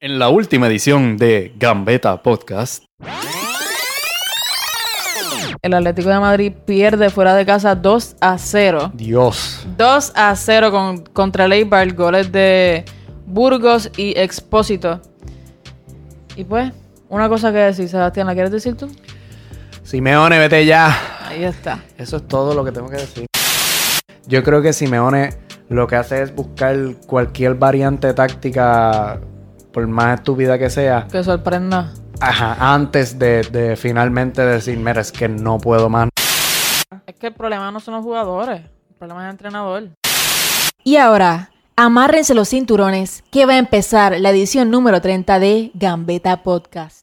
En la última edición de Gambetta Podcast. El Atlético de Madrid pierde fuera de casa 2-0. Dios. 2-0 contra el Eibar, goles de Burgos y Expósito. Y pues, una cosa que decir, Sebastián, ¿la quieres decir tú? Simeone, vete ya. Ahí está. Eso es todo lo que tengo que decir. Yo creo que Simeone lo que hace es buscar cualquier variante táctica, por más estúpida que sea, Que sorprenda. antes de finalmente decir, mira, es que no puedo más. Es que el problema no son los jugadores, el problema es el entrenador. Y ahora, amárrense los cinturones, que va a empezar la edición número 30 de Gambetta Podcast.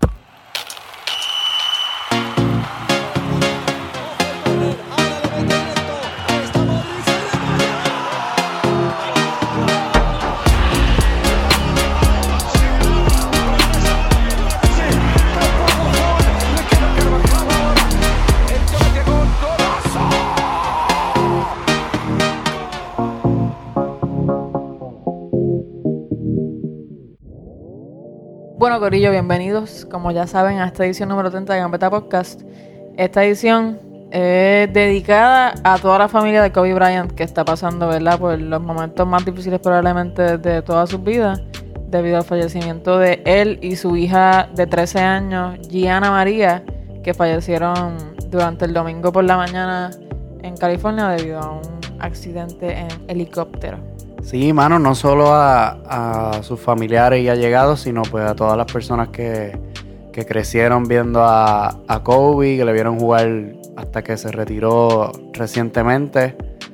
Bueno, corillo, bienvenidos, como ya saben, a esta edición número 30 de Gambetta Podcast. Esta edición es dedicada a toda la familia de Kobe Bryant, que está pasando, ¿verdad?, por los momentos más difíciles probablemente de toda su vida, debido al fallecimiento de él y su hija de 13 años, Gianna María, que fallecieron durante el domingo por la mañana en California debido a un accidente en helicóptero. Sí, mano, no solo a sus familiares y allegados, sino pues a todas las personas que crecieron viendo a Kobe, que le vieron jugar hasta que se retiró recientemente.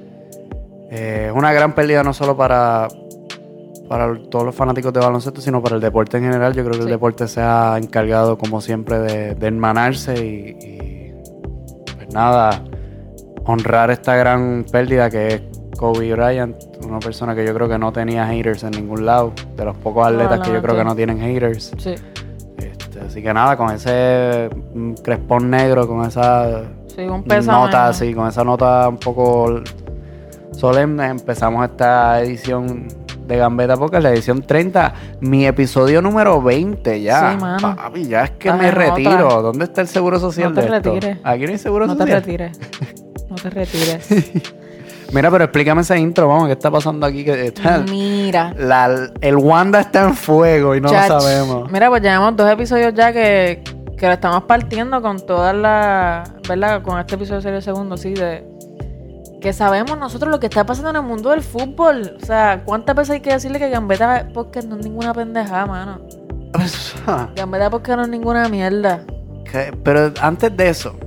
Es una gran pérdida no solo para todos los fanáticos de baloncesto, sino para el deporte en general. Yo creo que el deporte se ha encargado, como siempre, de hermanarse y pues nada, honrar esta gran pérdida que es Kobe Bryant, una persona que yo creo que no tenía haters en ningún lado, de los pocos atletas que yo creo que no tienen haters. Sí. Así que nada, con ese crespón negro, con esa nota así, con esa nota un poco solemne, empezamos esta edición de Gambetta Podcast, la edición 30, mi episodio número 20 ya. Sí, mano. Papi, ya es que me retiro. Otra. ¿Dónde está el seguro social no te de esto? Retires. Aquí no hay seguro social. No te retires. Mira, pero explícame ese intro, vamos, ¿qué está pasando aquí? Mira. El Wanda está en fuego y no lo sabemos. Mira, pues llevamos 2 episodios ya que lo estamos partiendo con todas las... ¿Verdad? Con este episodio sería el segundo, sí, de... Que sabemos nosotros lo que está pasando en el mundo del fútbol. O sea, ¿cuántas veces hay que decirle que Gambetta Podcast no es ninguna pendejada, mano? Gambetta Podcast no es ninguna mierda. Pero antes de eso...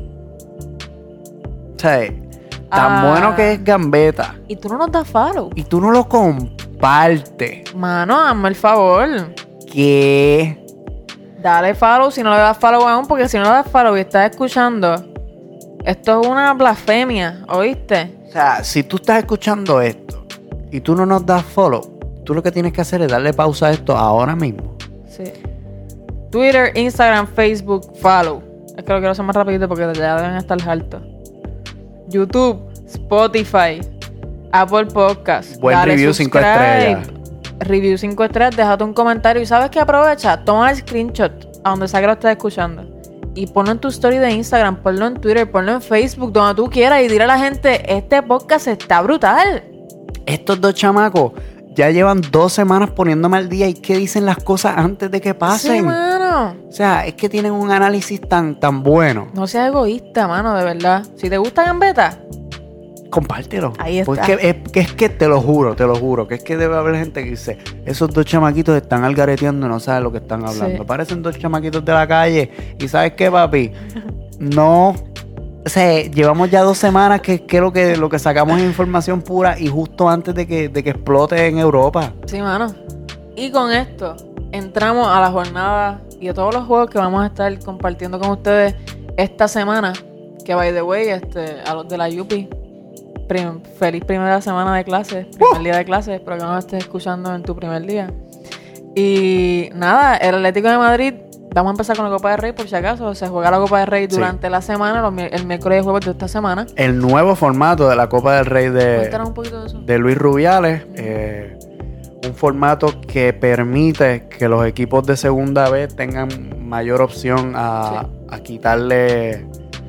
O sea... Tan bueno que es Gambetta. Y tú no nos das follow. Y tú no lo compartes. Mano, hazme el favor. ¿Qué? Dale follow si no le das follow aún, porque si no le das follow y estás escuchando, esto es una blasfemia, ¿oíste? O sea, si tú estás escuchando esto y tú no nos das follow, tú lo que tienes que hacer es darle pausa a esto ahora mismo. Sí. Twitter, Instagram, Facebook, follow. Es que lo quiero hacer más rapidito porque ya deben estar hartos. YouTube, Spotify, Apple Podcast. Buen review 5 estrellas. Review 5 estrellas, déjate un comentario. Y ¿sabes qué? Aprovecha, toma el screenshot a donde sea que lo estés escuchando y ponlo en tu story de Instagram, ponlo en Twitter, ponlo en Facebook, donde tú quieras, y dile a la gente, este podcast está brutal. Estos dos chamacos ya llevan 2 semanas poniéndome al día y que dicen las cosas antes de que pasen. Sí, mano. O sea, es que tienen un análisis tan bueno. No seas egoísta, mano, de verdad. Si te gusta Gambetta, compártelo. Ahí está. Porque es que te lo juro, que es que debe haber gente que dice, esos 2 chamaquitos están algareteando y no saben lo que están hablando. Sí. Parecen 2 chamaquitos de la calle. ¿Y sabes qué, papi? No. O sea, llevamos ya 2 semanas que lo que sacamos es información pura y justo antes de que explote en Europa. Sí, mano. Y con esto entramos a la jornada y a todos los juegos que vamos a estar compartiendo con ustedes esta semana. Que, by the way, a los de la UPI, feliz primera semana de clases, primer día de clases. Espero que nos estés escuchando en tu primer día. Y nada, el Atlético de Madrid Vamos a empezar con la Copa del Rey, por si acaso. Se juega la Copa del Rey durante la semana, el miércoles y jueves de esta semana. El nuevo formato de la Copa del Rey Cuéntanos un poquito de eso. de Luis Rubiales. un formato que permite que los equipos de segunda vez tengan mayor opción a quitarle...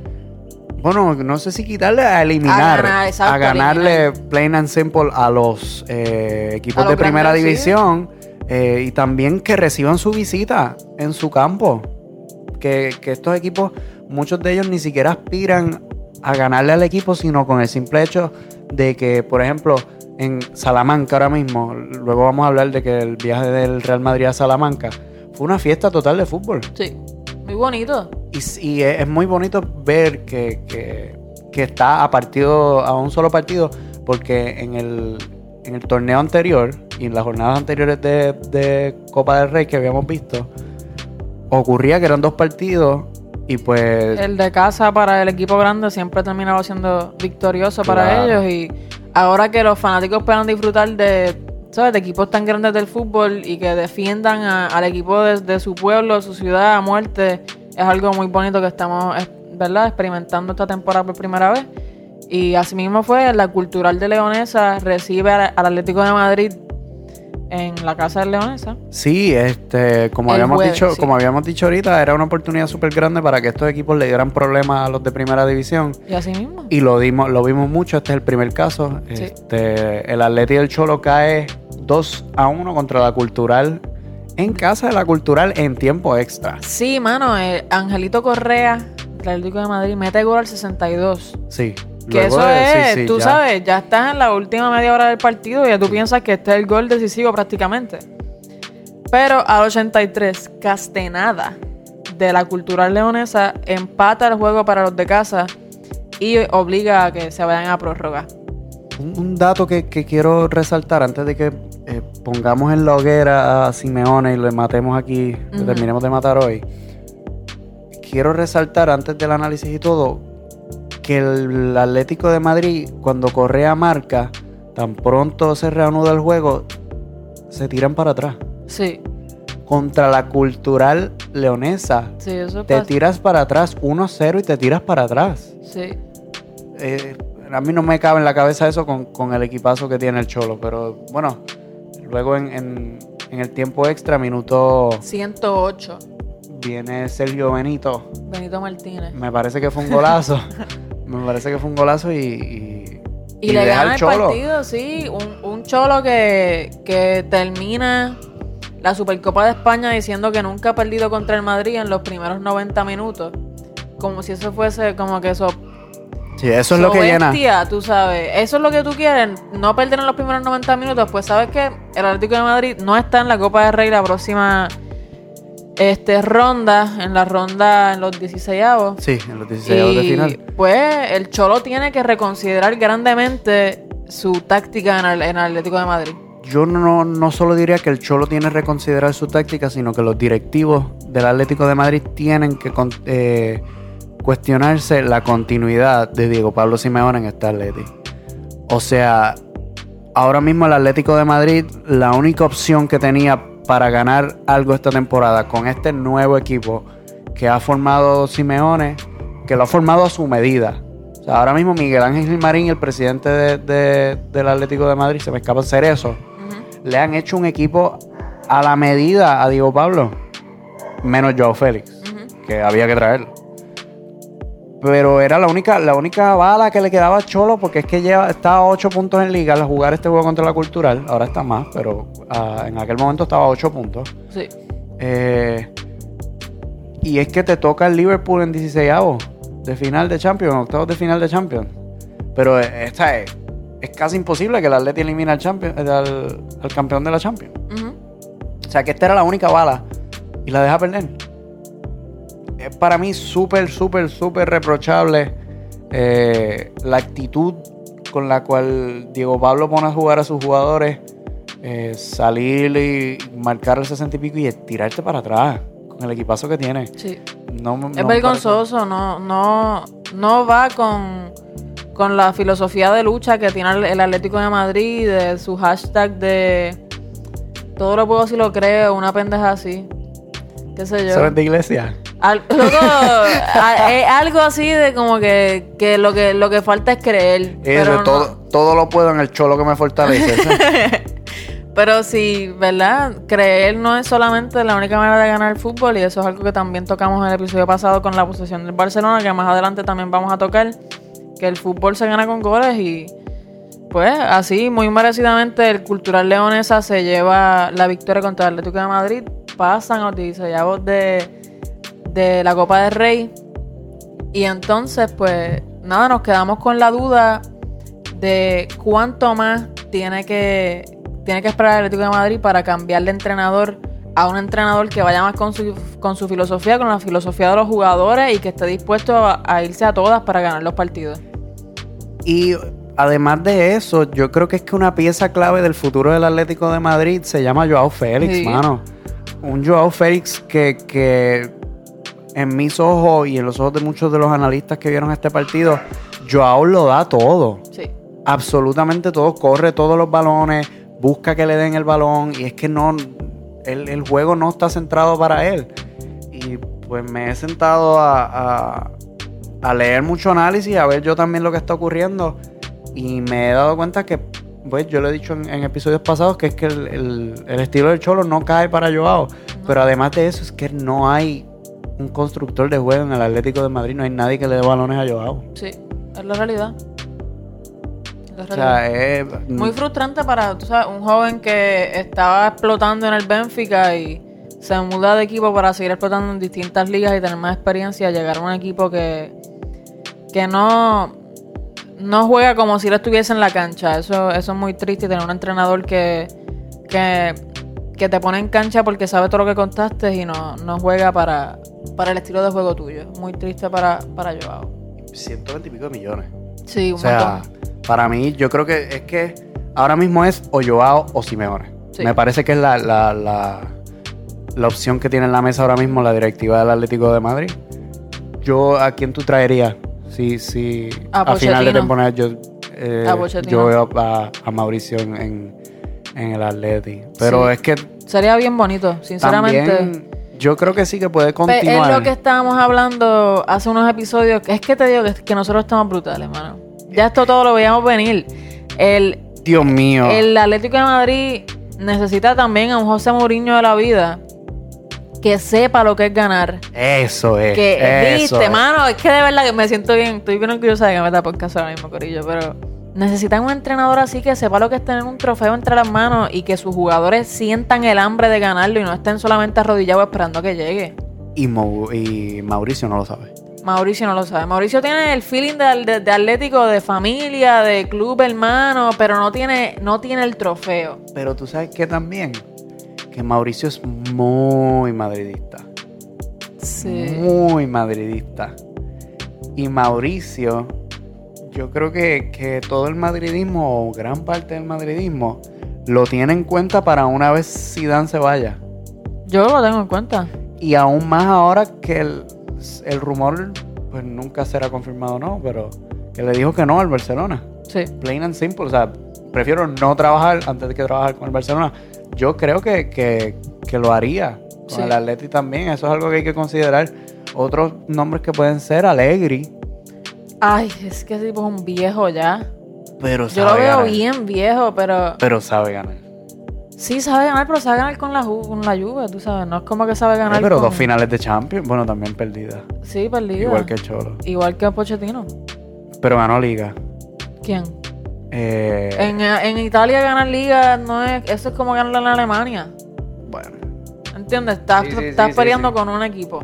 Bueno, no sé si quitarle, a eliminar, a ganarle plain and simple a los equipos de primera división, y también que reciban su visita en su campo. Que estos equipos, muchos de ellos ni siquiera aspiran a ganarle al equipo, sino con el simple hecho de que, por ejemplo, en Salamanca ahora mismo, luego vamos a hablar de que el viaje del Real Madrid a Salamanca fue una fiesta total de fútbol. Sí, muy bonito. Y es muy bonito ver que está a un solo partido, porque en el torneo anterior y en las jornadas anteriores de Copa del Rey que habíamos visto, ocurría que eran 2 partidos y pues... El de casa para el equipo grande siempre terminaba siendo victorioso para ellos, y ahora que los fanáticos puedan disfrutar de, ¿sabes?, de equipos tan grandes del fútbol y que defiendan al equipo de su pueblo, de su ciudad a muerte, es algo muy bonito que estamos, ¿verdad?, experimentando esta temporada por primera vez. Y así mismo fue, la Cultural de Leonesa recibe al Atlético de Madrid en la casa de Leonesa. Sí, como habíamos dicho ahorita, era una oportunidad súper grande para que estos equipos le dieran problemas a los de primera división. Y así mismo. Y lo vimos mucho. Este es el primer caso. Sí. El Atleti del Cholo cae 2-1 contra la Cultural en casa de la Cultural en tiempo extra. Sí, mano, Angelito Correa, del Atlético de Madrid, mete gol al 62. Sí. Que luego eso es, sí, tú ya sabes, ya estás en la última media hora del partido y ya tú piensas que este es el gol decisivo prácticamente. Pero al 83, Castenada, de la Cultural Leonesa, empata el juego para los de casa y obliga a que se vayan a prórroga. Un dato que quiero resaltar antes de que pongamos en la hoguera a Simeone y le matemos aquí, lo terminemos de matar hoy. Quiero resaltar antes del análisis y todo que el Atlético de Madrid, cuando Correa marca, tan pronto se reanuda el juego, se tiran para atrás. Sí. Contra la Cultural Leonesa, Sí, eso te pasa. tiras para atrás 1-0 y te tiras para atrás. Sí. A mí no me cabe en la cabeza eso con el equipazo que tiene el Cholo, pero bueno, luego en el tiempo extra, minuto 108. viene Sergio Benito Martínez. Me parece que fue un golazo. y le deja gana al el Cholo. partido, sí. Un Cholo que termina la Supercopa de España diciendo que nunca ha perdido contra el Madrid en los primeros 90 minutos. Como si eso fuese como que eso... Sí, eso es lo que llena. Bestia, tú sabes. Eso es lo que tú quieres. No perder en los primeros 90 minutos. Pues sabes que el Atlético de Madrid no está en la Copa del Rey la próxima ronda. En los 16avos. Sí, en los 16avos de final. Pues el Cholo tiene que reconsiderar grandemente su táctica en el Atlético de Madrid. Yo no solo diría que el Cholo tiene que reconsiderar su táctica, sino que los directivos del Atlético de Madrid tienen que cuestionarse la continuidad de Diego Pablo Simeone en este Atlético. O sea, ahora mismo el Atlético de Madrid, la única opción que tenía para ganar algo esta temporada con este nuevo equipo que ha formado Simeone, que lo ha formado a su medida. O sea, ahora mismo Miguel Ángel Gilmarín, el presidente del Atlético de Madrid, se me escapa hacer eso. Le han hecho un equipo a la medida a Diego Pablo, menos Joao Félix, que había que traerlo. Pero era la única bala que le quedaba a Cholo, porque es que estaba a 8 puntos en liga al jugar este juego contra la Cultural. Ahora está más, pero en aquel momento estaba a 8 puntos. Sí. Y es que te toca el Liverpool en 16avos de final de Champions, octavos de final de Champions. Pero esta es casi imposible que el Atleti elimine al campeón de la Champions. O sea que esta era la única bala y la deja perder. Es para mí súper reprochable la actitud con la cual Diego Pablo pone a jugar a sus jugadores, salir y marcar el 60 y pico y tirarte para atrás con el equipazo que tiene. Sí. Es vergonzoso, no va con la filosofía de lucha que tiene el Atlético de Madrid, de su hashtag de todo lo puedo si lo creo, una pendeja así, qué sé yo. ¿Eso es de iglesia? Algo así de como que lo que falta es creer. Eso, todo lo puedo en el Cholo que me fortalece. Pero sí, ¿verdad? Creer no es solamente la única manera de ganar el fútbol, y eso es algo que también tocamos en el episodio pasado con la posesión del Barcelona, que más adelante también vamos a tocar, que el fútbol se gana con goles y pues así, muy merecidamente, el Cultural Leonesa se lleva la victoria contra el Atlético de Madrid, pasan a los 16avos de la Copa del Rey, y entonces pues nada, nos quedamos con la duda de cuánto más tiene que esperar el Atlético de Madrid para cambiar de entrenador a un entrenador que vaya más con su filosofía, con la filosofía de los jugadores y que esté dispuesto a irse a todas para ganar los partidos. Y además de eso, yo creo que es que una pieza clave del futuro del Atlético de Madrid se llama Joao Félix, Sí. mano. Un Joao Félix que en mis ojos y en los ojos de muchos de los analistas que vieron este partido, Joao lo da todo. Sí. Absolutamente todo. Corre todos los balones, busca que le den el balón, y es que no, el juego no está centrado para él. Y pues me he sentado a leer mucho análisis, a ver yo también lo que está ocurriendo, y me he dado cuenta que, pues yo lo he dicho en episodios pasados, que es que el estilo del Cholo no cae para Joao. Pero además de eso es que no hay un constructor de juego en el Atlético de Madrid, no hay nadie que le dé balones a Joao. Sí, es la realidad. O sea, es Muy frustrante para, tú sabes, un joven que estaba explotando en el Benfica y se muda de equipo para seguir explotando en distintas ligas y tener más experiencia, llegar a un equipo que no juega como si él estuviese en la cancha. Eso es muy triste, tener un entrenador que te pone en cancha porque sabe todo lo que contaste y no juega para el estilo de juego tuyo. Muy triste para Joao. 120 y pico de millones. Sí, un O sea, montón. para mí, yo creo que es que ahora mismo es o Joao o Simeone. Sí. Me parece que es la opción que tiene en la mesa ahora mismo la directiva del Atlético de Madrid. ¿A quién tú traerías? Si A a final de Pochettino. temporada A Pochettino. yo veo a Mauricio en el Atleti. Pero Sí. es que Sería bien bonito, sinceramente. también yo creo que sí que puede Es continuar. lo que estábamos hablando hace unos episodios. Es que te digo que nosotros estamos brutales, hermano. Ya esto todo lo veíamos venir. Dios mío. El Atlético de Madrid necesita también a un José Mourinho de la vida que sepa lo que es ganar. Eso es. Que, eso viste, es. mano, es que de verdad que me siento bien. Estoy bien orgullosa de que me da podcast ahora mismo, corillo. Pero necesitan un entrenador así que sepa lo que es tener un trofeo entre las manos y que sus jugadores sientan el hambre de ganarlo y no estén solamente arrodillados esperando a que llegue. Y Mauricio no lo sabe. Mauricio no lo sabe. Mauricio tiene el feeling de Atlético, de familia, de club hermano, pero no tiene el trofeo. Pero tú sabes que también, que Mauricio es muy madridista. Sí. Muy madridista. Y Mauricio, yo creo que todo el madridismo, o gran parte del madridismo, lo tiene en cuenta para una vez Zidane se vaya. Yo lo tengo en cuenta. Y aún más ahora que el rumor, pues nunca será confirmado, ¿no? Pero que le dijo que no al Barcelona. Sí. Plain and simple. O sea, prefiero no trabajar antes de que trabajar con el Barcelona. Yo creo que lo haría con Sí. el Atleti también. Eso es algo que hay que considerar. Otros nombres que pueden ser Allegri. Ay, es que ese tipo es un viejo ya. Pero Yo lo sabe veo ganar. bien viejo, pero Pero sabe ganar. sí sabe ganar, pero sabe ganar con la Juve, tú sabes. No es como que sabe ganar Pero con... 2 finales de Champions, bueno, también perdidas. Sí, perdido. Igual que Cholo. Igual que Pochettino. Pero ganó Liga. ¿Quién? Eh, En Italia ganar liga no es... Eso es como ganar en Alemania. Bueno. ¿Entiendes? Estás Sí, sí, estás sí, peleando sí. con un equipo.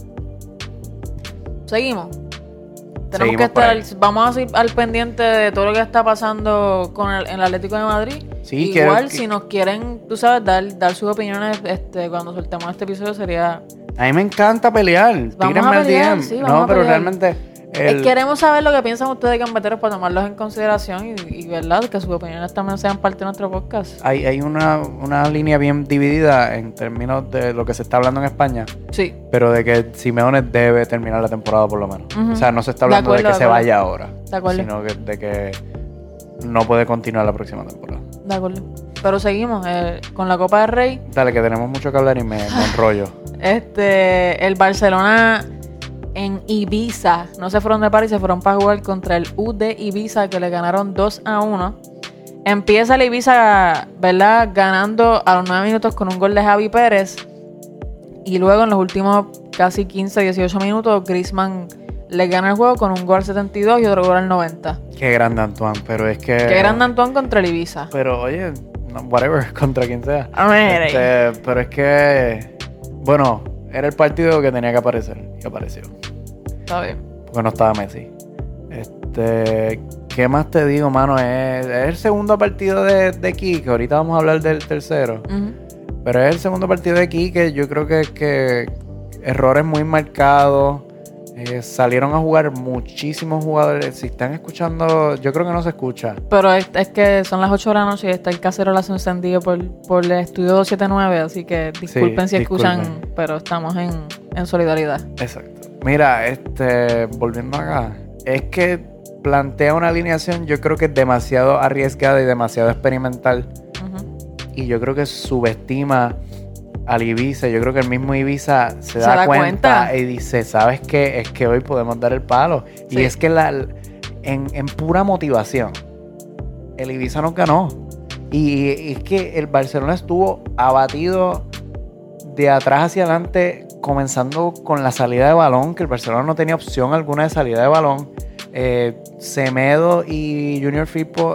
Seguimos. Tenemos Seguimos que por estar... ahí. Vamos a ir al pendiente de todo lo que está pasando con el Atlético de Madrid. Sí, Igual, quiero- si nos quieren, tú sabes, dar sus opiniones cuando soltemos este episodio sería... A mí me encanta pelear. Vamos Tírenme a el pelear, DM. sí, vamos no, a pero pelear. realmente... Queremos saber lo que piensan ustedes, gambeteros, para tomarlos en consideración y verdad, que sus opiniones también sean parte de nuestro podcast. Hay una línea bien dividida en términos de lo que se está hablando en España, Sí, pero de que Simeone debe terminar la temporada por lo menos. Ujú. O sea, no se está De hablando de acuerdo, que se de acuerdo. vaya ahora, de acuerdo. sino de que no puede continuar la próxima temporada. De acuerdo. Pero seguimos con la Copa del Rey. Dale, que tenemos mucho que hablar y me enrollo. El Barcelona en Ibiza, no se fueron de París, se fueron para jugar contra el UD Ibiza, que le ganaron 2-1. Empieza el Ibiza, ¿verdad? Ganando a los 9 minutos con un gol de Javi Pérez. Y luego en los últimos casi 15, 18 minutos, Griezmann le gana el juego con un gol al 72 y otro gol al 90. Qué grande Antoine, pero es que... Qué grande Antoine contra el Ibiza. Pero oye, no, whatever, contra quien sea. A ver, Pero es que... Bueno, era el partido que tenía que aparecer. Y apareció. está bien. Porque no estaba Messi. ¿Qué más te digo, mano? Es el segundo partido de Quique. Ahorita vamos a hablar del tercero. Ujú. Pero es el segundo partido de Quique. Yo creo que errores muy marcados. Salieron a jugar muchísimos jugadores. Si están escuchando, yo creo que no se escucha. Pero es que son las 8 de la noche y está el cacerolazo encendido por el estudio 279, así que disculpen si escuchan, pero estamos en solidaridad. Exacto. Mira, volviendo acá, es que plantea una alineación, yo creo que es demasiado arriesgada y demasiado experimental. Ujú. Y yo creo que subestima al Ibiza. Yo creo que el mismo Ibiza se da cuenta y dice, ¿sabes qué? Es que hoy podemos dar el palo. Sí. Y es que en pura motivación, el Ibiza nos ganó. Y es que el Barcelona estuvo abatido de atrás hacia adelante, comenzando con la salida de balón, que el Barcelona no tenía opción alguna de salida de balón. Semedo y Junior Firpo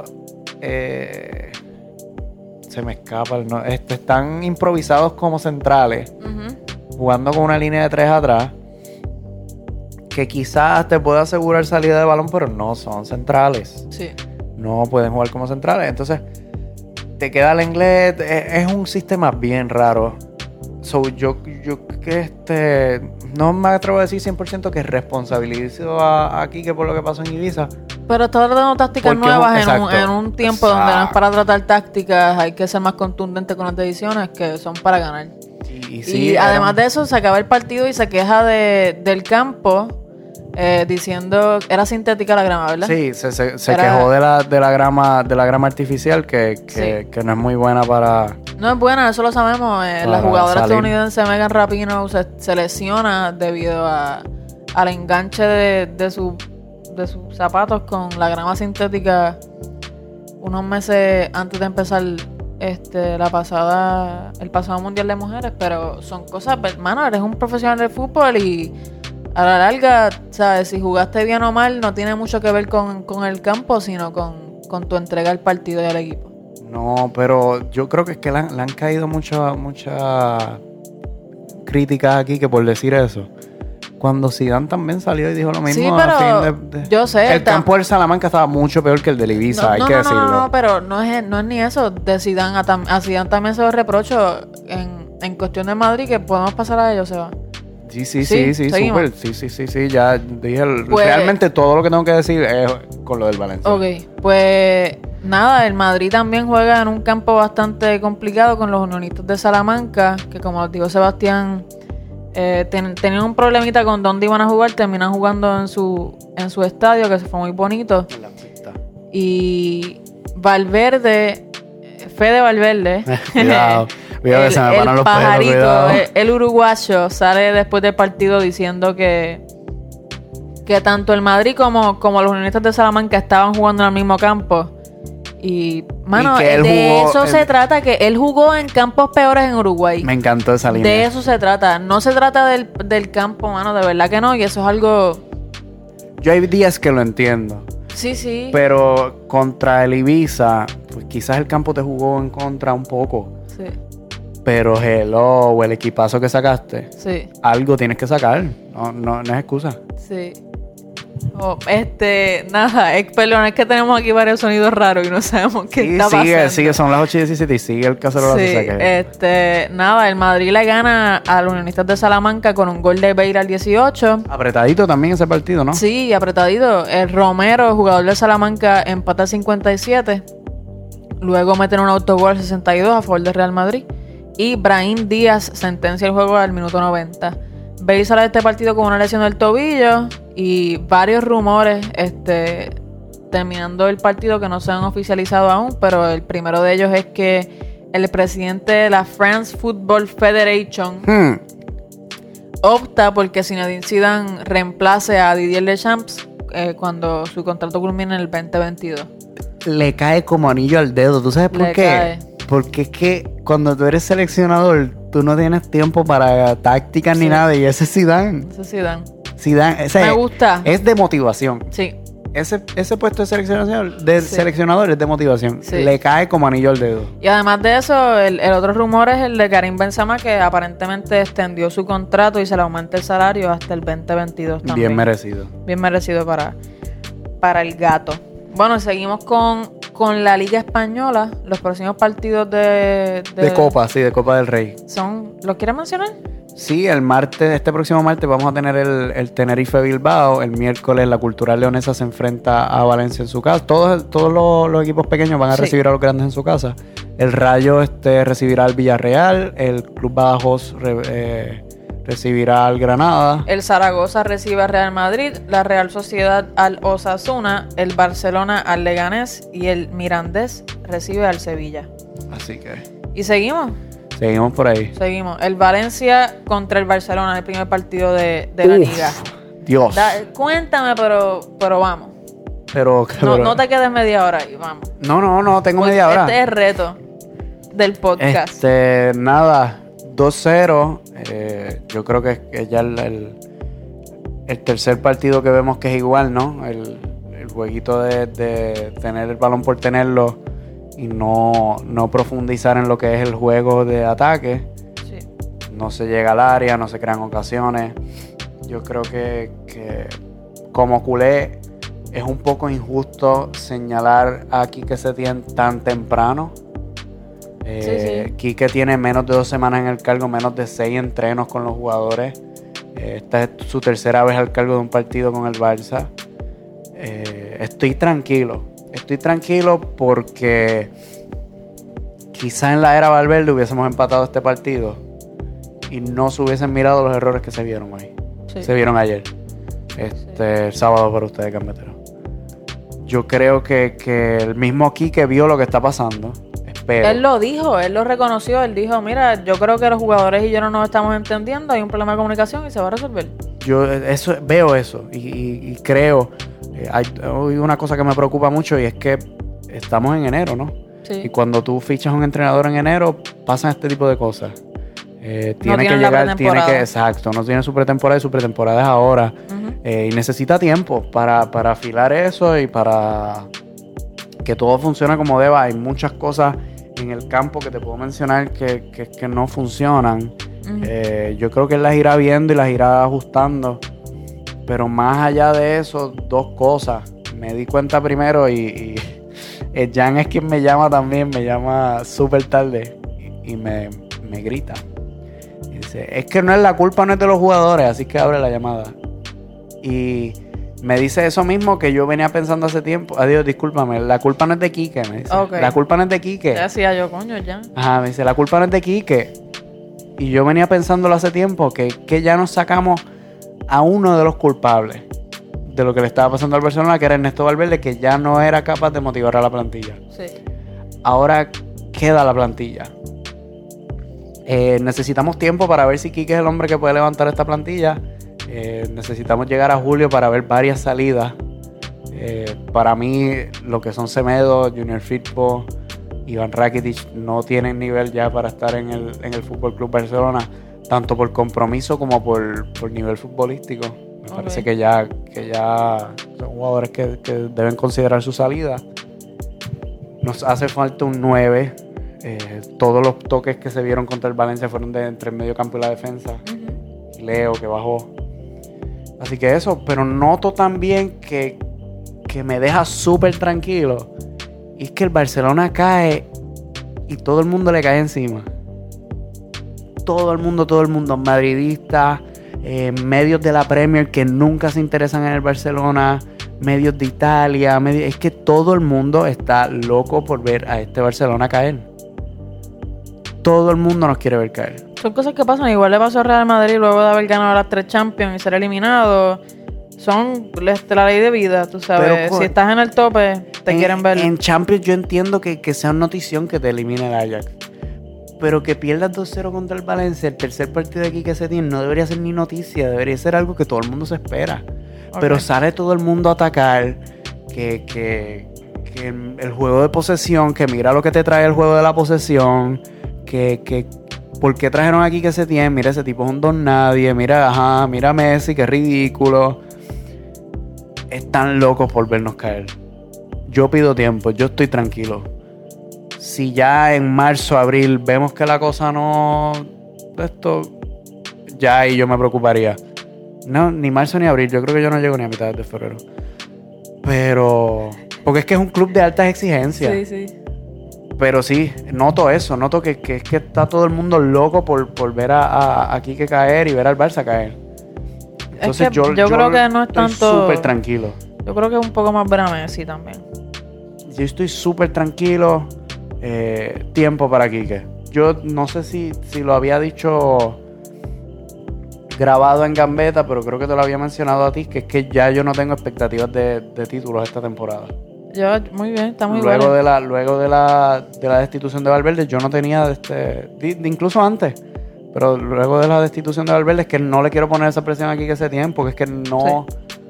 se me escapa el están improvisados como centrales, jugando con una línea de 3 atrás, que quizás te pueda asegurar salida de balón, pero no son centrales. Sí. No pueden jugar como centrales. Entonces te queda el inglés. Es un sistema bien raro. Yo que no me atrevo a decir 100% que responsabilizo a Quique por lo que pasó en Ibiza. Pero está tratando tácticas Porque nuevas exacto, en un tiempo donde no es para tratar tácticas, hay que ser más contundente con las decisiones que son para ganar. Y sí, Y además de eso, se acaba el partido y se queja del campo, diciendo, era sintética la grama, ¿verdad? Sí, se quejó de la grama artificial que no es muy buena para... No es buena, eso lo sabemos. La jugadora salir. estadounidense Megan Rapinoe se lesiona debido al enganche de sus zapatos con la grama sintética unos meses antes de empezar el pasado Mundial de Mujeres. Pero son cosas, hermano, eres un profesional del fútbol y a la larga, ¿sabes? Si jugaste bien o mal, no tiene mucho que ver con el campo, sino con tu entrega al partido y al equipo. No, pero yo creo que es que le han caído muchas críticas aquí que por decir eso. Cuando Zidane también salió y dijo lo mismo. Sí, pero yo sé. El campo del Salamanca estaba mucho peor que el del Ibiza, hay que decirlo. No, pero no es ni eso. De Zidane, a Zidane también se lo reprocho en cuestión de Madrid, que podemos pasar a ello, se va. Sí, seguimos. súper. Sí, ya dije Pues, realmente todo lo que tengo que decir es con lo del Valencia. Ok, pues nada, el Madrid también juega en un campo bastante complicado con los Unionistas de Salamanca, que como os digo Sebastián, tenían un problemita con dónde iban a jugar, terminan jugando en su estadio, que fue muy bonito. En la pista. Y Valverde, Fede Valverde, Cuidado que se me paran los pajarito, pelos, cuidado. el uruguayo, sale después del partido diciendo que tanto el Madrid como los Unionistas de Salamanca estaban jugando en el mismo campo. Y, mano, Y que él de jugó eso se trata, que él jugó en campos peores en Uruguay. Me encantó esa línea. De eso se trata. No se trata del campo, mano, de verdad que no. Y eso es algo... Yo hay días que lo entiendo. Sí. Pero contra el Ibiza, pues quizás el campo te jugó en contra un poco. Sí. Pero hello, el equipazo que sacaste, Sí. algo tienes que sacar. No es excusa. Sí. Nada, perdón, es que tenemos aquí varios sonidos raros y no sabemos qué está pasando. Sigue, son las 8:17 y sigue el cacerolazo. Sí, nada, el Madrid le gana a los Unionistas de Salamanca con un gol de Beira al 18. Apretadito también ese partido, ¿no? Sí, apretadito. El Romero, jugador de Salamanca, empata al 57. Luego meten un autogol al 62 a favor del Real Madrid. Y Brahim Díaz sentencia el juego al minuto 90. Bale sale de este partido con una lesión del tobillo y varios rumores terminando el partido que no se han oficializado aún, pero el primero de ellos es que el presidente de la France Football Federation opta porque Zinedine Zidane reemplace a Didier Deschamps cuando su contrato culmine en el 2022. le cae como anillo al dedo. ¿Tú sabes por Le qué? cae. Porque es que cuando tú eres seleccionador, tú no tienes tiempo para tácticas ni Sí. nada. Y ese es Zidane. Eso sí dan. Zidane, o sea, Me gusta. es de motivación. Sí. Ese puesto de seleccionador, Sí. seleccionador es de motivación. Sí. Le cae como anillo al dedo. Y además de eso, el otro rumor es el de Karim Benzema, que aparentemente extendió su contrato y se le aumenta el salario hasta el 2022 también. Bien merecido. Bien merecido para el gato. Bueno, seguimos con la Liga Española. Los próximos partidos De Copa, sí, de Copa del Rey. son... ¿Los quieres mencionar? Sí, este próximo martes vamos a tener el Tenerife Bilbao. El miércoles la Cultural Leonesa se enfrenta a Valencia en su casa. Todos los equipos pequeños van a Sí. recibir a los grandes en su casa. El Rayo recibirá al Villarreal. El Club Badajoz recibirá al Granada. El Zaragoza recibe al Real Madrid, la Real Sociedad al Osasuna, el Barcelona al Leganés y el Mirandés recibe al Sevilla. Así que Y seguimos. seguimos por ahí. El Valencia contra el Barcelona, el primer partido de la Uf, liga. Dios. Cuéntame, pero vamos. Pero No te quedes media hora ahí, vamos. no, tengo Pues media hora. Este es el reto del podcast. Nada, 2-0. Yo creo que es ya el tercer partido que vemos que es igual, ¿no? El jueguito de tener el balón por tenerlo y no profundizar en lo que es el juego de ataque. Sí. No se llega al área, no se crean ocasiones. Yo creo que como culé es un poco injusto señalar a Quique Setién tan temprano. Sí. Quique tiene menos de 2 semanas en el cargo, menos de 6 entrenos con los jugadores. Esta es su tercera vez al cargo de un partido con el Barça. Estoy tranquilo porque quizá en la era Valverde hubiésemos empatado este partido y no se hubiesen mirado los errores que se vieron hoy. Sí. Se vieron ayer. El sábado para ustedes, gambeteros. Yo creo que el mismo Quique vio lo que está pasando. Espero. Él lo dijo, él lo reconoció, él dijo, mira, yo creo que los jugadores y yo no nos estamos entendiendo, hay un problema de comunicación y se va a resolver. Yo veo eso y creo. Hay una cosa que me preocupa mucho y es que estamos en enero, ¿no? Sí. Y cuando tú fichas a un entrenador en enero, pasan este tipo de cosas. Tiene que tienen la llegar, pretemporada. exacto, no tiene su pretemporada y su pretemporada es ahora. Ujú. Y necesita tiempo para afilar eso y para que todo funcione como deba. Hay muchas cosas en el campo que te puedo mencionar que no funcionan. Ujú. Yo creo que él las irá viendo y las irá ajustando. Pero más allá de eso, 2 cosas. Me di cuenta primero y Jan es quien me llama también, me llama súper tarde y me grita. Y dice, es que la culpa no es de los jugadores, así que abre la llamada. Y me dice eso mismo que yo venía pensando hace tiempo. Adiós, discúlpame, la culpa no es de Quique, me dice. Ok. La culpa no es de Quique. Ya decía yo, coño, ya. Ajá, me dice, la culpa no es de Quique. Y yo venía pensándolo hace tiempo, que ya nos sacamos a uno de los culpables de lo que le estaba pasando al Barcelona, que era Ernesto Valverde, que ya no era capaz de motivar a la plantilla. Sí. Ahora queda la plantilla. Necesitamos tiempo para ver si Quique es el hombre que puede levantar esta plantilla. Necesitamos llegar a julio para ver varias salidas. Para mí, lo que son Semedo, Junior Firpo, Iván Rakitic no tienen nivel ya para estar en el Fútbol Club Barcelona, tanto por compromiso como por nivel futbolístico. Me parece que ya son jugadores que deben considerar su salida. Nos hace falta un 9. Todos los toques que se vieron contra el Valencia fueron de entre el medio campo y la defensa. Ujú. Leo que bajó. Así que eso, pero noto también que me deja súper tranquilo. Y es que el Barcelona cae y todo el mundo le cae encima. Todo el mundo, madridistas, medios de la Premier que nunca se interesan en el Barcelona, medios de Italia, es que todo el mundo está loco por ver a este Barcelona caer. Todo el mundo nos quiere ver caer. Son cosas que pasan. Igual le pasó a Real Madrid luego de haber ganado las 3 Champions y ser eliminado. Son la ley de vida, tú sabes. Pero, si estás en el tope, te quieren ver. En Champions yo entiendo que sea una notición que te elimine el Ajax. Pero que pierdas 2-0 contra el Valencia, el tercer partido de Quique Setién, no debería ser ni noticia. Debería ser algo que todo el mundo se espera. Ok. Pero sale todo el mundo a atacar. Que que el juego de posesión, que mira lo que te trae el juego de la posesión, que ¿por qué trajeron aquí que Setién? Mira, ese tipo es un don nadie, mira, mira a Messi, qué ridículo. Están locos por vernos caer. Yo pido tiempo, yo estoy tranquilo. Si ya en marzo, abril vemos que la cosa no... Esto... Ya ahí yo me preocuparía. No, ni marzo ni abril. Yo creo que yo no llego ni a mitad de febrero. Pero... Porque es que es un club de altas exigencias. Sí. Pero sí, noto eso. Noto que es que está todo el mundo loco por ver a Quique caer y ver al Barça caer. Entonces es que yo creo que no es estoy tanto... súper tranquilo. Yo creo que es un poco más ver a Messi también. Yo estoy súper tranquilo. Tiempo para Quique. Yo no sé si lo había dicho grabado en Gambeta, pero creo que te lo había mencionado a ti, que es que ya yo no tengo expectativas de títulos esta temporada. Muy bien, está muy luego bueno. Luego de la destitución de Valverde, yo no tenía incluso antes, pero luego de la destitución de Valverde es que no le quiero poner esa presión aquí que ese tiempo, porque es que no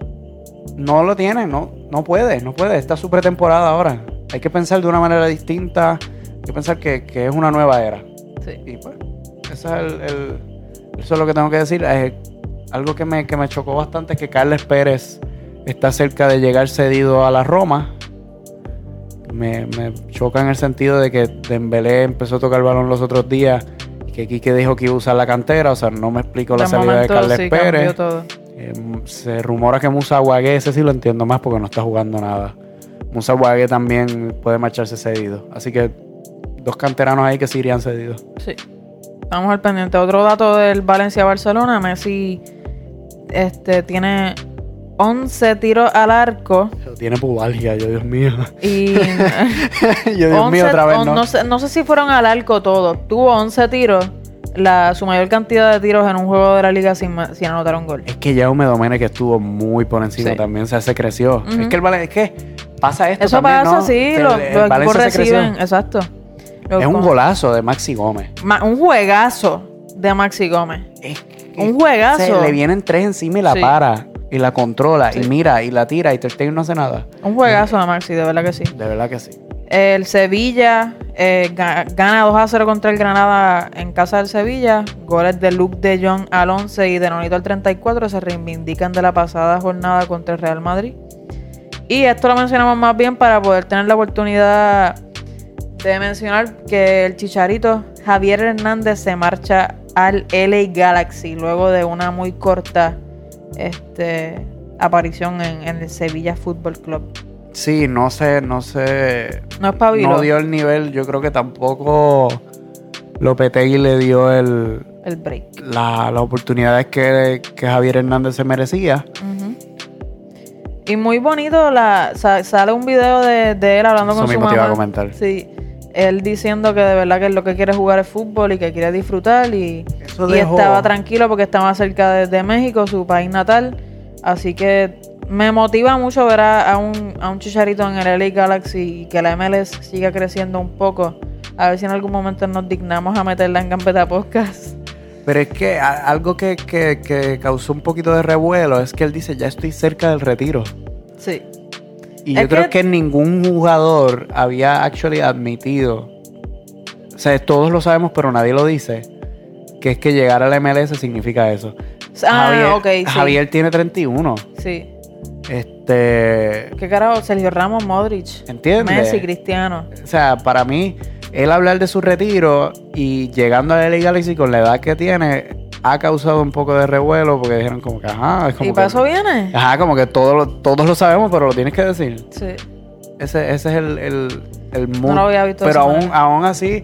lo tiene, no puede, está su pretemporada ahora. Hay que pensar de una manera distinta, hay que pensar que es una nueva era. Sí. Y pues, eso es lo que tengo que decir. Algo que me chocó bastante es que Carles Pérez está cerca de llegar cedido a la Roma. Me choca en el sentido de que Dembélé empezó a tocar el balón los otros días y que Quique dijo que iba a usar la cantera. O sea, no me explico la salida de Carles Pérez. Todo. Se rumora que Musa Wagué, ese sí lo entiendo más porque no está jugando nada. Musa Wagué también puede marcharse cedido. Así que 2 canteranos ahí que sí irían cedidos. Sí. Vamos al pendiente. Otro dato del Valencia-Barcelona. Messi tiene 11 tiros al arco. Tiene pubalgia, Dios mío. Y Dios mío, otra vez no. No sé si fueron al arco todos. Tuvo 11 tiros. Su mayor cantidad de tiros en un juego de la liga sin anotar un gol. Es que Jaume Domenech estuvo muy por encima también. O sea, se creció. Uh-huh. Es que pasa esto eso también, pasa, ¿no? sí. Los equipos reciben. Exacto. Es un golazo de Maxi Gómez. Un juegazo de Maxi Gómez. Un juegazo. Se le vienen 3 encima y la para. Y la controla. Sí. Y mira. Y la tira. Y Ter Stegen no hace nada. Un juegazo de Maxi, de verdad que sí. De verdad que sí. El Sevilla gana 2-0 contra el Granada en casa del Sevilla. Goles de Luke de Jong al 11 y de Nonito al 34 se reivindican de la pasada jornada contra el Real Madrid. Y esto lo mencionamos más bien para poder tener la oportunidad de mencionar que el Chicharito Javier Hernández se marcha al LA Galaxy luego de una muy corta aparición en el Sevilla Fútbol Club. Sí, no sé. No espabiló. No dio el nivel. Yo creo que tampoco Lopetegui le dio el break. Las oportunidades que Javier Hernández se merecía. Uh-huh. Y muy bonito, sale un video de él hablando con su mamá. Eso mismo te iba a comentar. Sí, él diciendo que de verdad que lo que quiere es jugar es fútbol y que quiere disfrutar y estaba tranquilo porque estaba cerca de México, su país natal. Así que me motiva mucho ver a un Chicharito en el LA Galaxy y que la MLS siga creciendo un poco. A ver si en algún momento nos dignamos a meterla en Gambeta Podcast. Pero es que algo que causó un poquito de revuelo es que él dice, ya estoy cerca del retiro. Sí. Y yo creo que ningún jugador había admitido, o sea, todos lo sabemos, pero nadie lo dice, que es que llegar a la MLS significa eso. Javier tiene 31. Sí. ¿Qué carajo? Sergio Ramos, Modric. ¿Entiendes? Messi, Cristiano. O sea, para mí, él hablar de su retiro y llegando a la LA Galaxy con la edad que tiene, ha causado un poco de revuelo porque dijeron como que, ajá. Es como ¿Y para eso viene? Ajá, como que todos lo sabemos, pero lo tienes que decir. Sí. Ese es el mood. No lo había visto. Pero aún así,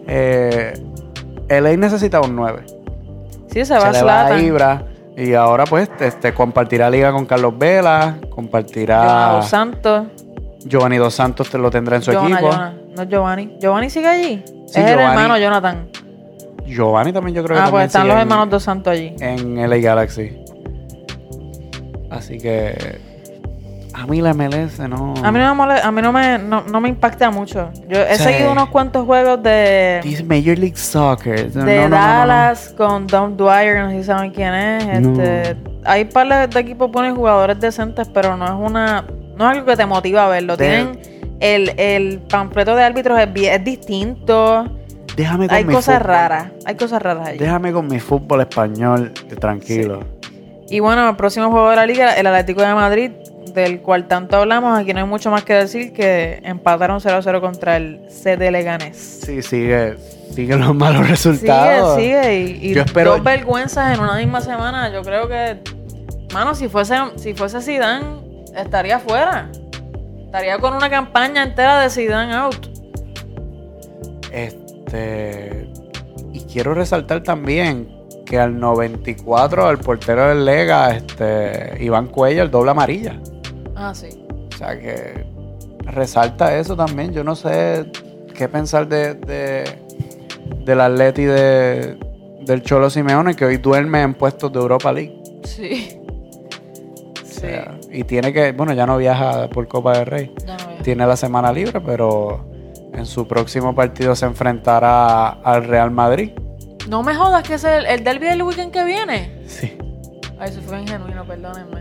LA necesita un 9. Sí, se va a Ibra. Y ahora pues compartirá liga con Carlos Vela, compartirá Giovanni Dos Santos lo tendrá en su equipo. No es Giovanni. ¿Giovanni sigue allí? Sí, es el hermano Jonathan. Giovanni también yo creo que también pues están los hermanos Dos Santos allí. En LA Galaxy. Así que a mí la MLS no... A mí no me impacta mucho. Yo he seguido unos cuantos juegos de... This Major League Soccer. De Dallas con Don Dwyer, no sé si saben quién es. Hay par de equipos ponen jugadores decentes, pero no es algo que te motiva a verlo. Tienen El panfleto de árbitros es distinto. Déjame con Hay mi cosas fútbol. raras. Hay cosas raras ahí. Déjame con mi fútbol español, tranquilo. Y bueno, el próximo juego de la liga, el Atlético de Madrid, del cual tanto hablamos, aquí no hay mucho más que decir, que empataron 0-0 contra el CD Leganés. Sí, sigue los malos resultados. Sigue. Y Yo espero- dos vergüenzas en una misma semana. Yo creo que, mano, si fuese Zidane, estaría fuera. Estaría con una campaña entera de Zidane out. Y quiero resaltar también que al 94 el portero del Lega, Iván Cuellar, el doble amarilla. Ah, sí. O sea que resalta eso también. Yo no sé qué pensar del Atleti del Cholo Simeone, que hoy duerme en puestos de Europa League. Sí. O sea, y tiene que, bueno, ya no viaja por Copa del Rey. Ya no veo. Tiene la semana libre, pero en su próximo partido se enfrentará al Real Madrid. No me jodas que es el derby del weekend que viene. Sí. Ay, eso fue ingenuino, perdónenme.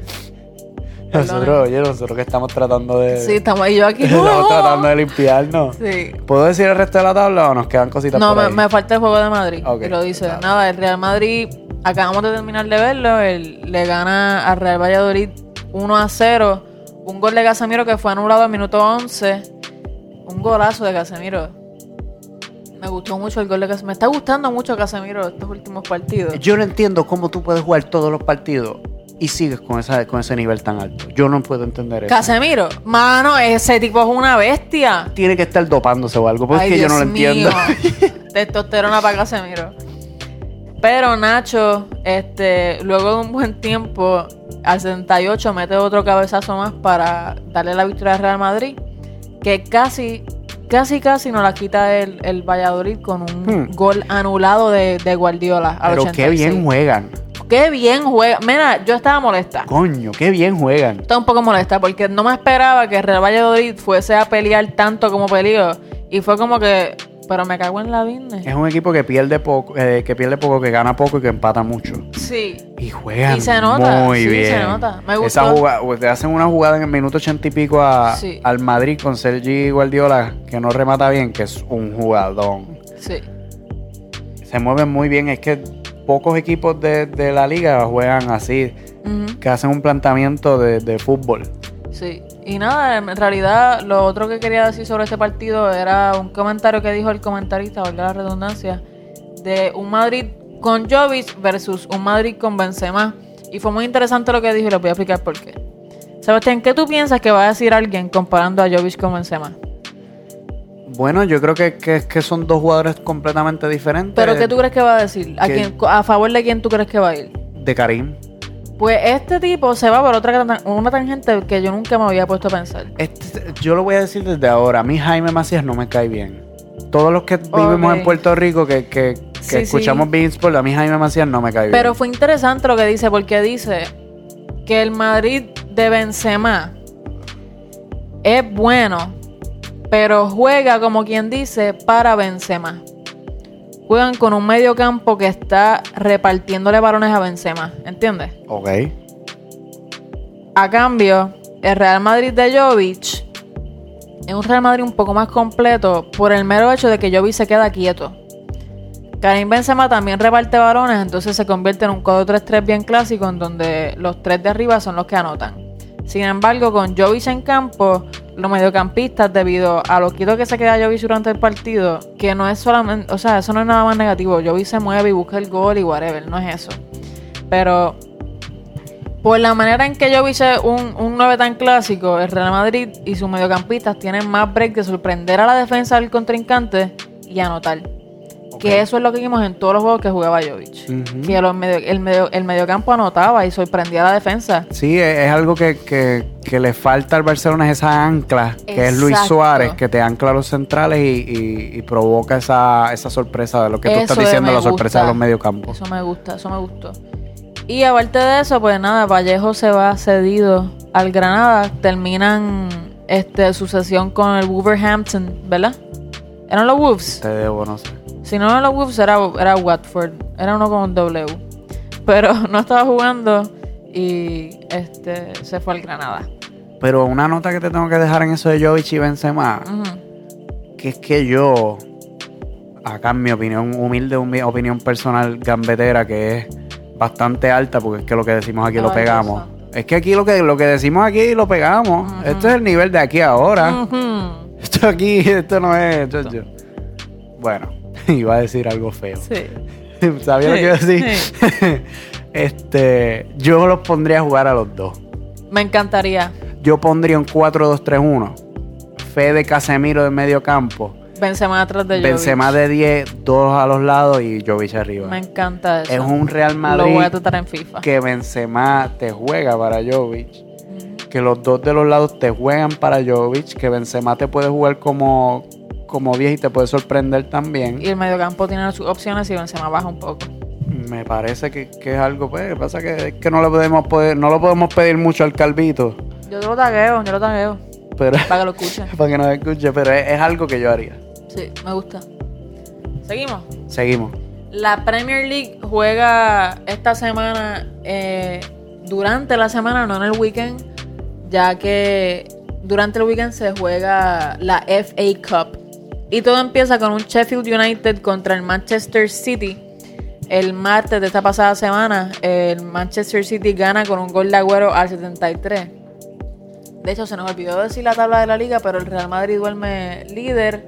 Nosotros que estamos tratando de... Sí, estamos y yo aquí. Estamos tratando de limpiarnos. Sí. ¿Puedo decir el resto de la tabla o nos quedan cositas No, por ahí? me falta el juego de Madrid. Ok, Y lo dice. dale. Nada, el Real Madrid, acabamos de terminar de verlo. Le gana al Real Valladolid 1-0. Un gol de Casemiro que fue anulado al minuto 11. Un golazo de Casemiro. Me gustó mucho el gol de Casemiro. Me está gustando mucho Casemiro estos últimos partidos. Yo no entiendo cómo tú puedes jugar todos los partidos y sigues con ese nivel tan alto. Yo no puedo entender eso. Casemiro, mano, ese tipo es una bestia. Tiene que estar dopándose o algo, porque Ay, es que yo Dios no lo entiendo. mío. Testosterona para Casemiro. Pero Nacho, luego de un buen tiempo, al 78 mete otro cabezazo más para darle la victoria al Real Madrid, que casi nos la quita el Valladolid con un gol anulado de Guardiola al Pero 86. qué bien juegan. Qué bien juega. Mira, yo estaba molesta. Coño, qué bien juegan. Estaba un poco molesta porque no me esperaba que el Real Valladolid fuese a pelear tanto como peleó. Y fue como que, pero me cago en la business. Es un equipo que pierde poco, que gana poco y que empata mucho. Sí. Y juegan Y se nota, muy sí, bien. se nota. Me gustó. Esa jugada, te hacen una jugada en el minuto 80 y pico Sí. al Madrid con Sergi Guardiola, que no remata bien, que es un jugadón. Sí. Se mueven muy bien. Es que pocos equipos de la liga juegan así, Ujú. que hacen un planteamiento de fútbol. Sí. Y nada, en realidad lo otro que quería decir sobre este partido era un comentario que dijo el comentarista, valga la redundancia, de un Madrid con Jovic versus un Madrid con Benzema. Y fue muy interesante lo que dijo y les voy a explicar por qué. Sebastián, ¿qué tú piensas que va a decir alguien comparando a Jovic con Benzema? Bueno, yo creo que son dos jugadores completamente diferentes. ¿Pero qué tú crees que va a decir? que- ¿A favor de quién tú crees que va a ir? De Karim. Pues este tipo se va por una tangente que yo nunca me había puesto a pensar. Yo lo voy a decir desde ahora. A mí Jaime Macías no me cae bien. Todos los que vivimos Ok. en Puerto Rico que Sí, escuchamos sí. Bein Sport, a mí Jaime Macías no me cae bien. Pero fue interesante lo que dice, porque dice que el Madrid de Benzema es bueno, pero juega, como quien dice, para Benzema. Juegan con un medio campo que está repartiéndole balones a Benzema, ¿entiendes? Ok. A cambio, el Real Madrid de Jovic es un Real Madrid un poco más completo por el mero hecho de que Jovic se queda quieto. Karim Benzema también reparte balones, entonces se convierte en un 4-3-3 bien clásico en donde los tres de arriba son los que anotan. Sin embargo, con Jovic en campo, los mediocampistas, debido a lo quieto que se queda Jovic durante el partido, que no es solamente, o sea, eso no es nada más negativo. Jovic se mueve y busca el gol y whatever, no es eso. Pero por la manera en que Jovic es un 9 tan clásico, el Real Madrid y sus mediocampistas tienen más break de sorprender a la defensa del contrincante y anotar. Que eso es lo que vimos en todos los juegos que jugaba Jovic. Ujú. Que el mediocampo anotaba y sorprendía a la defensa. Sí, es algo que le falta al Barcelona, es esa ancla, que es Luis Exacto. Suárez, que te ancla a los centrales y provoca esa sorpresa de lo que tú Eso estás diciendo, me la sorpresa gusta. de los mediocampos. Eso me gustó. Y aparte de eso, pues nada, Vallejo se va cedido al Granada. Terminan su sesión con el Wolverhampton, ¿verdad? ¿Eran los Wolves? Te debo, no sé. Si no eran los Wolves, era Watford. Era uno con un W. Pero no estaba jugando y se fue al Granada. Pero una nota que te tengo que dejar en eso de Jovic y Benzema, que es que yo, acá en mi opinión, humilde opinión personal gambetera, que es bastante alta, porque es que lo que decimos aquí lo pegamos. Es que aquí lo que decimos aquí lo pegamos. Este es el nivel de aquí ahora. Esto aquí, esto no es... Bueno, iba a decir algo feo. Sí. ¿Sabía lo que iba a decir? Sí. Yo los pondría a jugar a los dos. Me encantaría. Yo pondría un 4-2-3-1. Fede Casemiro de medio campo. Benzema atrás de Jovic. Benzema de 10, 2 a los lados y Jovic arriba. Me encanta eso. Es un Real Madrid lo voy a tratar en FIFA. que Benzema te juega para Jovic. Que los dos de los lados te juegan para Jovic. Que Benzema te puede jugar como 10 y te puede sorprender también. Y el mediocampo tiene sus opciones y Benzema baja un poco. Me parece que es algo, pues, pasa que no lo podemos pedir mucho al Calvito. Yo lo tagueo. Pero, Para que lo escuchen. para que nos escuche, pero es algo que yo haría. Sí, me gusta. Seguimos. La Premier League juega esta semana, durante la semana, no en el weekend, ya que durante el weekend se juega la FA Cup. Y todo empieza con un Sheffield United contra el Manchester City. El martes de esta pasada semana, el Manchester City gana con un gol de Agüero al 73. De hecho, se nos olvidó decir la tabla de la liga, pero el Real Madrid duerme líder.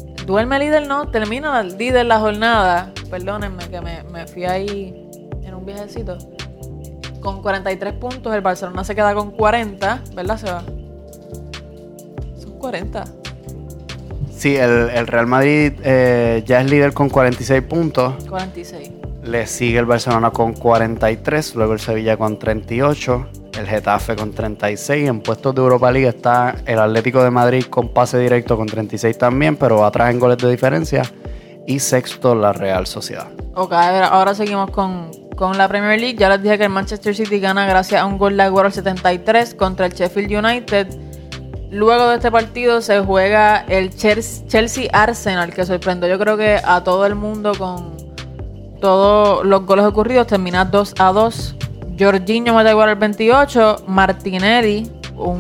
Termina líder la jornada. Perdónenme que me fui ahí en un viajecito. Con 43 puntos, el Barcelona se queda con 40, ¿verdad, Seba? Son 40. Sí, el Real Madrid ya es líder con 46 puntos. 46. Le sigue el Barcelona con 43, luego el Sevilla con 38, el Getafe con 36. En puestos de Europa League está el Atlético de Madrid con pase directo con 36 también, pero atrás en goles de diferencia. Y sexto, la Real Sociedad. Ok, ahora seguimos con la Premier League. Ya les dije que el Manchester City gana gracias a un gol de Agüero al 73 contra el Sheffield United. Luego de este partido se juega el Chelsea-Arsenal, que sorprendió yo creo que a todo el mundo con todos los goles ocurridos. Termina 2-2. Jorginho mete gol al 28. Martinelli,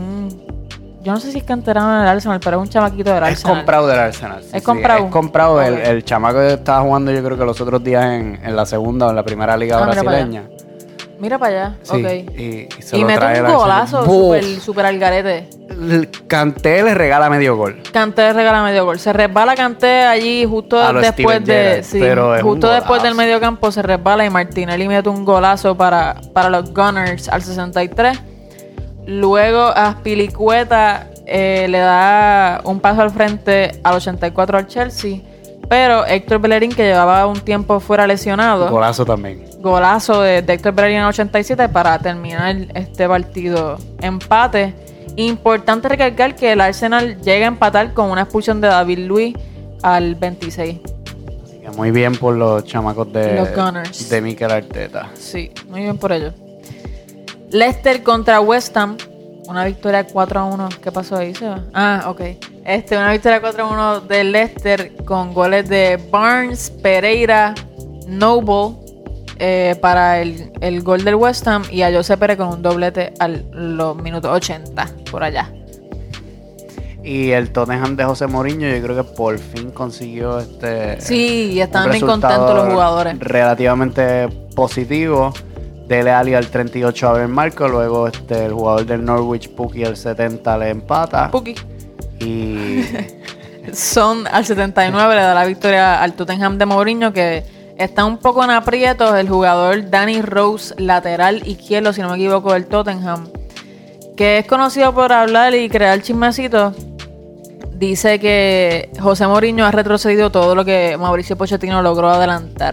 yo no sé si es canterano del Arsenal, pero es un chamaquito del Arsenal. Es comprado del Arsenal. Sí, es comprado. Es comprado. Okay. El chamaco que estaba jugando yo creo que los otros días en la segunda o en la primera liga brasileña. Mira para allá. Sí, ok. Y se y lo mete trae un el golazo super al garete. Kanté le regala medio gol. Kanté regala medio gol. Se resbala Kanté allí justo después de... Sí, justo después del mediocampo se resbala y Martinelli mete un golazo para los Gunners al 63. Luego Azpilicueta le da un paso al frente al 84 al Chelsea. Pero Héctor Bellerín, que llevaba un tiempo fuera lesionado. Golazo también. Golazo de Héctor Bellerín en el 87 para terminar este partido. Empate. Importante recalcar que el Arsenal llega a empatar con una expulsión de David Luiz al 26. Así que muy bien por los chamacos los Gunners de Mikel Arteta. Sí, muy bien por ellos. Leicester contra West Ham. Una victoria 4-1. ¿Qué pasó ahí, Seba? Ok. Una victoria 4-1 de Leicester con goles de Barnes, Pereira, Noble para el gol del West Ham y a José Pérez con un doblete a los minutos 80 por allá. Y el Tottenham de José Mourinho yo creo que por fin consiguió Sí, están bien contentos los jugadores. Relativamente positivo. Dele Alli al 38 a ver Marco. Luego el jugador del Norwich, Pukki, al 70 le empata. Pukki. Y Son al 79 le da la victoria al Tottenham de Mourinho, que está un poco en aprietos. El jugador Danny Rose, lateral izquierdo, si no me equivoco, del Tottenham, que es conocido por hablar y crear chismecitos, dice que José Mourinho ha retrocedido todo lo que Mauricio Pochettino logró adelantar.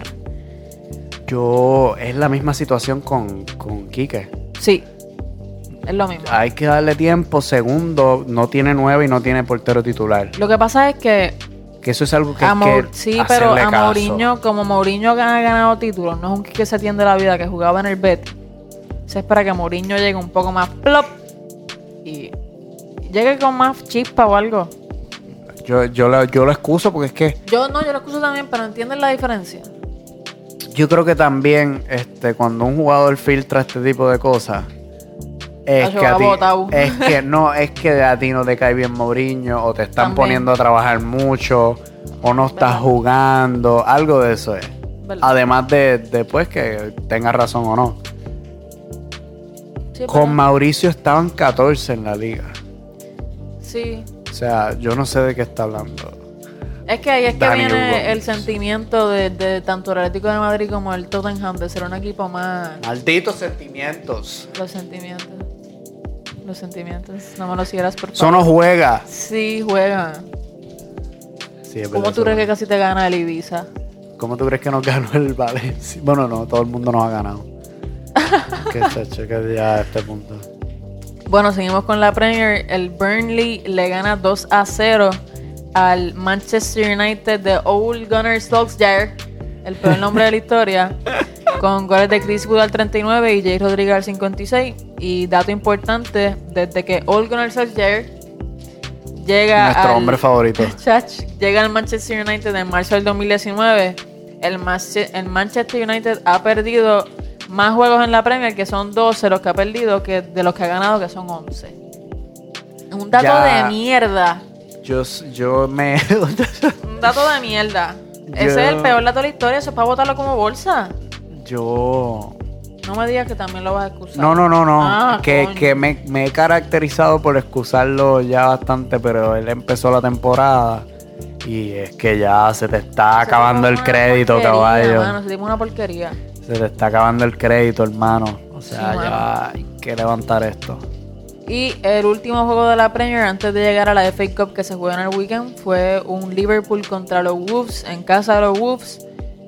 Es la misma situación con Quique. Sí, es lo mismo. Hay que darle tiempo. Segundo, no tiene 9 y no tiene portero titular. Lo que pasa es que eso es algo que hay que sí, pero a Mourinho, como Mourinho ha ganado títulos, no es un que se atiende la vida que jugaba en el Betis. Se espera que Mourinho llegue un poco más plop y llegue con más chispa o algo. Yo lo excuso porque es que yo lo excuso también, pero ¿entienden la diferencia? Yo creo que también cuando un jugador filtra este tipo de cosas, Es que a ti, botado. es que a ti no te cae bien Mourinho, o te están También. poniendo a trabajar mucho, o no estás ¿Verdad? jugando, algo de eso es. ¿Verdad? Además de pues que tengas razón o no. Sí, Con pero- Mauricio estaban 14 en la liga. Sí. O sea, yo no sé de qué está hablando. Es que ahí es que Dani viene Hugo. el sentimiento de tanto el Atlético de Madrid como el Tottenham de ser un equipo más... Malditos sentimientos. Los sentimientos. Los sentimientos. No me lo hicieras, por Eso favor. no juega. Sí, juega. Sí, es ¿Cómo verdad, tú crees que eso. casi te gana el Ibiza? ¿Cómo tú crees que nos ganó el Valencia? Bueno, no, todo el mundo nos ha ganado. Qué chacho, que ya a este punto. Bueno, seguimos con la Premier. El Burnley le gana 2-0 al Manchester United de Ole Gunnar Solskjaer, el peor nombre de la historia, con goles de Chris Wood al 39 y Jay Rodríguez al 56. Y dato importante, desde que Ole Gunnar Solskjaer llega Nuestro hombre favorito. llega al Manchester United en marzo del 2019, el Manchester United ha perdido más juegos en la Premier, que son 12 los que ha perdido, que de los que ha ganado, que son 11. Un dato Ya. de mierda. Yo me... Un dato de mierda. Ese es el peor dato de la historia. Eso es para botarlo como bolsa. yo... No me digas que también lo vas a excusar. No. Ah, que coño. me he caracterizado por excusarlo ya bastante, pero él empezó la temporada y es que ya se te está acabando el crédito, caballo. Mano, se dimos una porquería. Se te está acabando el crédito, hermano. O sea, Sí, ya hay que levantar esto. Y el último juego de la Premier antes de llegar a la FA Cup que se juega en el weekend fue un Liverpool contra los Wolves en casa de los Wolves.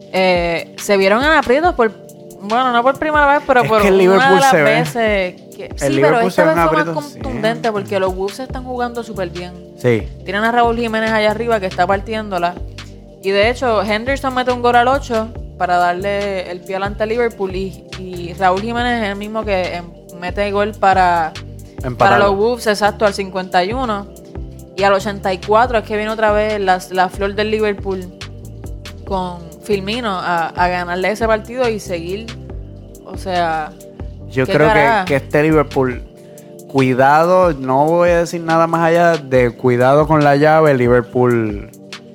Se vieron en aprietos bueno, no por primera vez, pero Es por que el una Liverpool de las se ve. veces que... Sí, Liverpool pero se esta ve vez en fue más aprietos contundente siempre. porque los Wolves están jugando súper bien. Sí. Tienen a Raúl Jiménez allá arriba que está partiéndola. Y de hecho, Henderson mete un gol al 8 para darle el pie adelante a Liverpool. Y Raúl Jiménez es el mismo que mete gol para Empatarlo. los Wolves, exacto, al 51. Y al 84 es que viene otra vez la flor del Liverpool con Firmino a ganarle ese partido y seguir. O sea, Yo ¿qué creo carajo? que este Liverpool, cuidado, no voy a decir nada más allá de cuidado con la llave, Liverpool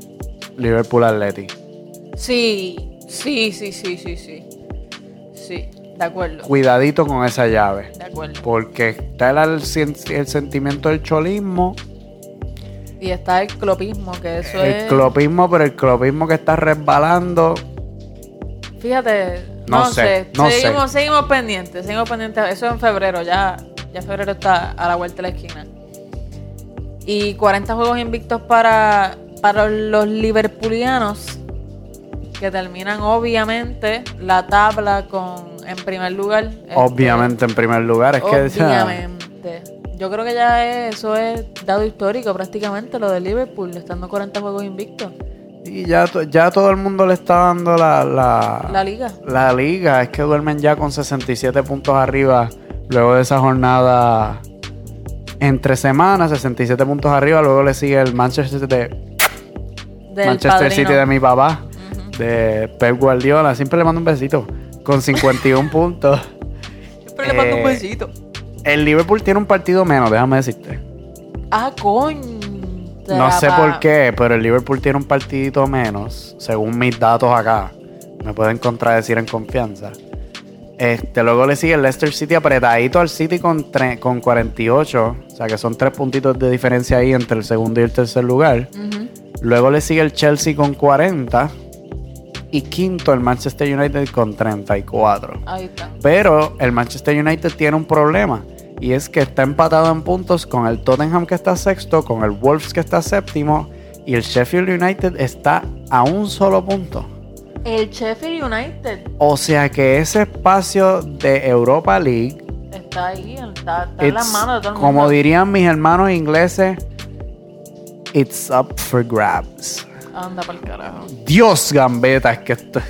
Atleti. sí, sí, de acuerdo, Cuidadito con esa llave. de acuerdo. Porque está el sentimiento del cholismo, Y está el clopismo, que eso el es... clopismo, pero el clopismo que está resbalando. Fíjate, No no sé, sé. no Seguimos pendientes. Eso en febrero, ya febrero está a la vuelta de la esquina. Y 40 juegos invictos para los liverpulianos, que terminan obviamente la tabla en primer lugar. Obviamente en primer lugar. Es que Obviamente. Yo creo que ya eso es dado histórico prácticamente, lo de Liverpool, estando 40 juegos invictos. y ya todo el mundo le está dando La liga. la liga. Es que duermen ya con 67 puntos arriba luego de esa jornada entre semanas, 67 puntos arriba. Luego le sigue el Manchester Del City padrino. de mi papá, Ujú. de Pep Guardiola. Siempre le mando un besito. Con 51 puntos. Siempre le mando un besito. El Liverpool tiene un partido menos, déjame decirte. Ah, coño. No sé por qué, pero el Liverpool tiene un partidito menos, según mis datos acá. Me pueden contradecir en confianza. Luego le sigue el Leicester City apretadito al City con 48. O sea que son 3 puntitos de diferencia ahí entre el segundo y el tercer lugar. Ujú. Luego le sigue el Chelsea con 40. Y quinto el Manchester United con 34. Ahí está. Pero el Manchester United tiene un problema. Y es que está empatado en puntos con el Tottenham, que está sexto, con el Wolves, que está séptimo. Y el Sheffield United está a un solo punto. El Sheffield United O sea que ese espacio de Europa League, está ahí, está en las it's, manos de todo el mundo. como dirían mis hermanos ingleses, it's up for grabs. Anda pa'l carajo. Dios, Gambetta, es que esto...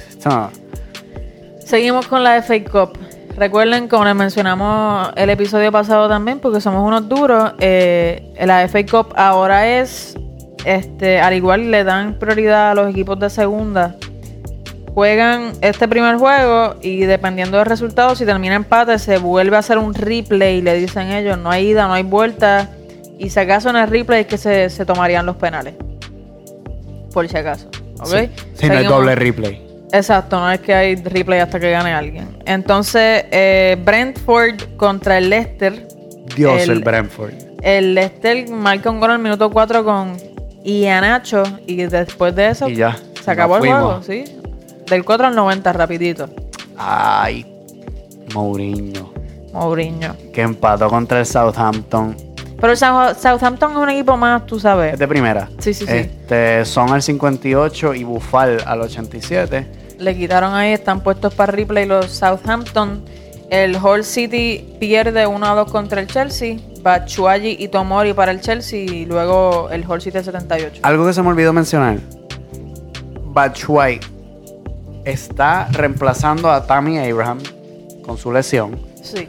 Seguimos con la FA Cup. Recuerden, como les mencionamos el episodio pasado también, porque somos unos duros, la FA Cup ahora es, al igual le dan prioridad a los equipos de segunda, juegan este primer juego y dependiendo del resultado, si termina empate, se vuelve a hacer un replay y le dicen ellos, no hay ida, no hay vuelta. Y si acaso en el replay es que se tomarían los penales. Por si acaso. ¿Ok? Sí, no hay doble replay. Exacto, no es que hay replay hasta que gane alguien. Entonces, Brentford contra el Leicester. Dios, el Brentford. El Leicester marca un gol al minuto 4 con Iheanacho y después de eso Y ya. se acabó nos el juego, fuimos. ¿sí? Del 4 al 90, rapidito. Ay, Mourinho. Que empató contra el Southampton. Pero el Southampton es un equipo más, tú sabes. Es de primera. Sí. Son al 58 y Buffal al 87. Le quitaron ahí, están puestos para replay los Southampton. El Hull City pierde 1-2 contra el Chelsea. Batshuayi y Tomori para el Chelsea y luego el Hull City al 78. Algo que se me olvidó mencionar. Batshuayi está reemplazando a Tammy Abraham con su lesión. Sí.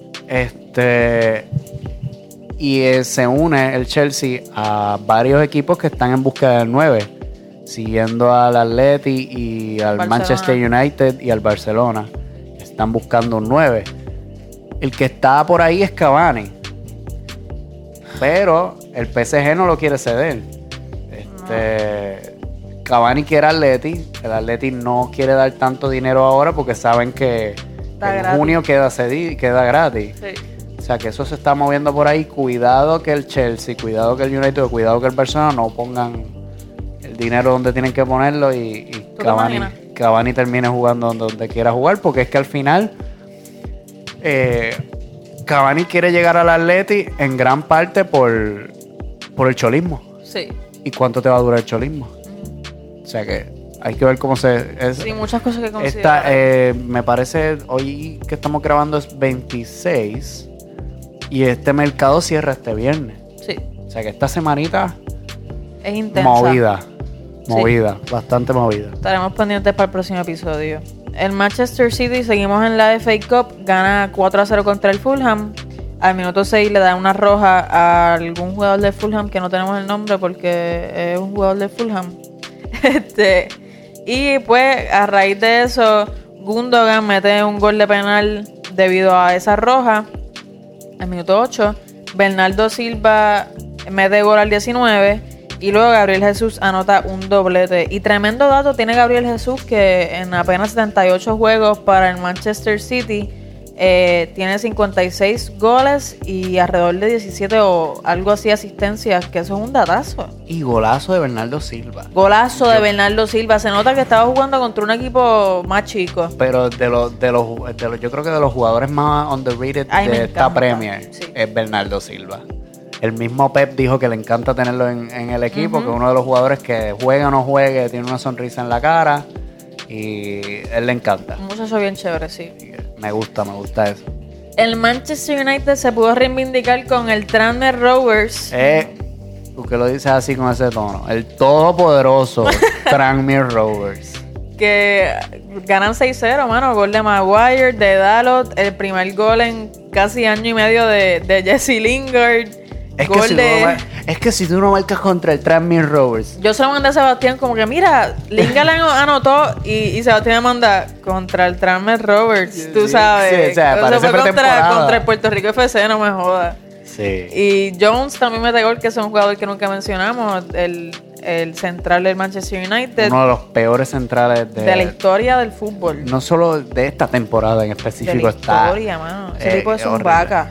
Y se une el Chelsea a varios equipos que están en búsqueda del 9, siguiendo al Atleti y al Barcelona. Manchester United y al Barcelona. Están buscando un 9. El que está por ahí es Cavani, pero el PSG no lo quiere ceder. Cavani quiere Atleti. El Atleti no quiere dar tanto dinero ahora porque saben que Está en gratis. junio queda gratis. Sí. O sea, que eso se está moviendo por ahí. Cuidado que el Chelsea, cuidado que el United, cuidado que el Barcelona no pongan el dinero donde tienen que ponerlo y ¿Tú te imaginas? Cavani termine jugando donde quiera jugar, porque es que al final Cavani quiere llegar al Atleti en gran parte por el cholismo. Sí. ¿Y cuánto te va a durar el cholismo? O sea que hay que ver cómo Sí, muchas cosas que considerar. me parece, hoy que estamos grabando es 26 y este mercado cierra este viernes. Sí. O sea que esta semanita Es intensa. movida, bastante movida. Estaremos pendientes para el próximo episodio. El Manchester City, seguimos en la FA Cup, gana 4-0 contra el Fulham. Al minuto 6 le da una roja a algún jugador de Fulham que no tenemos el nombre porque es un jugador de Fulham. Y pues a raíz de eso, Gundogan mete un gol de penal debido a esa roja. Al minuto 8, Bernardo Silva mete gol al 19 y luego Gabriel Jesús anota un doblete. Y tremendo dato tiene Gabriel Jesús, que en apenas 78 juegos para el Manchester City tiene 56 goles y alrededor de 17 o algo así asistencias, que eso es un datazo. Y golazo de Bernardo Silva. Golazo de Bernardo Silva. Se nota que estaba jugando contra un equipo más chico. Pero yo creo que de los jugadores más underrated Ay, me de esta encanta. Premier Sí. es Bernardo Silva. El mismo Pep dijo que le encanta tenerlo en el equipo, que es uno de los jugadores que juegue o no juegue, tiene una sonrisa en la cara y él le encanta. Un muchacho bien chévere, sí. Me gusta eso. El Manchester United se pudo reivindicar con el Tranmere Rovers. Tú que lo dices así con ese tono. El todopoderoso Tranmere Rovers. Que ganan 6-0, mano. Gol de Maguire, de Dalot. El primer gol en casi año y medio de Jesse Lingard. Es Gol que si tú no marcas contra el Tranmere Rovers. Yo se lo mandé a Sebastián como que, mira, Lingard anotó y Sebastián me manda contra el Tranmere Rovers, tú Sí, sabes. sí, o sea, Eso parece fue pretemporada. contra el Puerto Rico FC, no me jodas. Sí. Y Jones también mete gol, que es un jugador que nunca mencionamos, el central del Manchester United, Uno de los peores centrales de la historia del fútbol. no solo de esta temporada en De específico la está. historia, mano. Ese tipo es un horrible. vaca.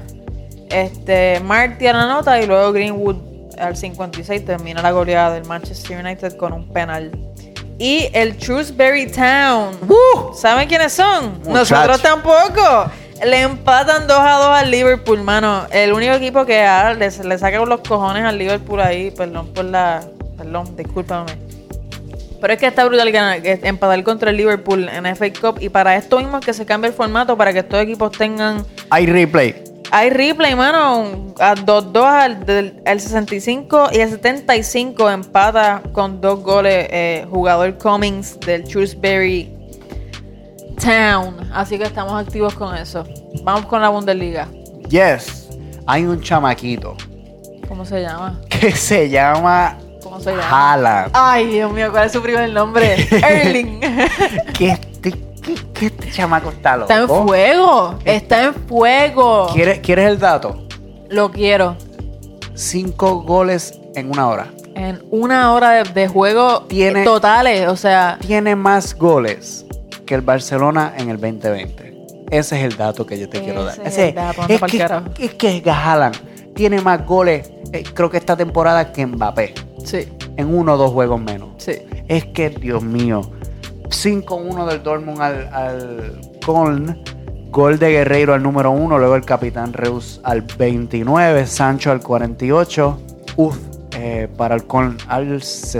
Martial anota y luego Greenwood al 56 termina la goleada del Manchester United con un penal. Y el Shrewsbury Town. ¿Saben quiénes son? Muchacho. Nosotros tampoco. Le empatan 2-2 al Liverpool, mano. El único equipo que le saca los cojones al Liverpool ahí. Perdón, discúlpame. Pero es que está brutal empatar contra el Liverpool en FA Cup. Y para esto mismo es que se cambia el formato, para que estos equipos tengan... Hay replay. Hay replay, mano. A 2-2 al 65 y al 75 empata con 2 goles jugador Cummings del Shrewsbury Town. Así que estamos activos con eso. Vamos con la Bundesliga. Yes. Hay un chamaquito ¿Cómo se llama? que se llama ¿Cómo se llama? Haaland. Ay, Dios mío, ¿cuál es su primer nombre? Erling. ¿Qué este chamaco está loco? Está en fuego. Está en fuego. ¿Quieres el dato? Lo quiero. 5 goles en 1 hora. En 1 hora de juego totales, o sea... Tiene más goles que el Barcelona en el 2020. Ese es el dato que yo te quiero dar. Ese es el dato, anda pa'l carajo. Es que Haaland tiene más goles, creo que esta temporada, que Mbappé. Sí. En 1 o 2 juegos menos. Sí. Es que, Dios mío, 5-1 del Dortmund al Köln. Gol de Guerreiro al número 1, luego el capitán Reus al 29, Sancho al 48, para el Köln al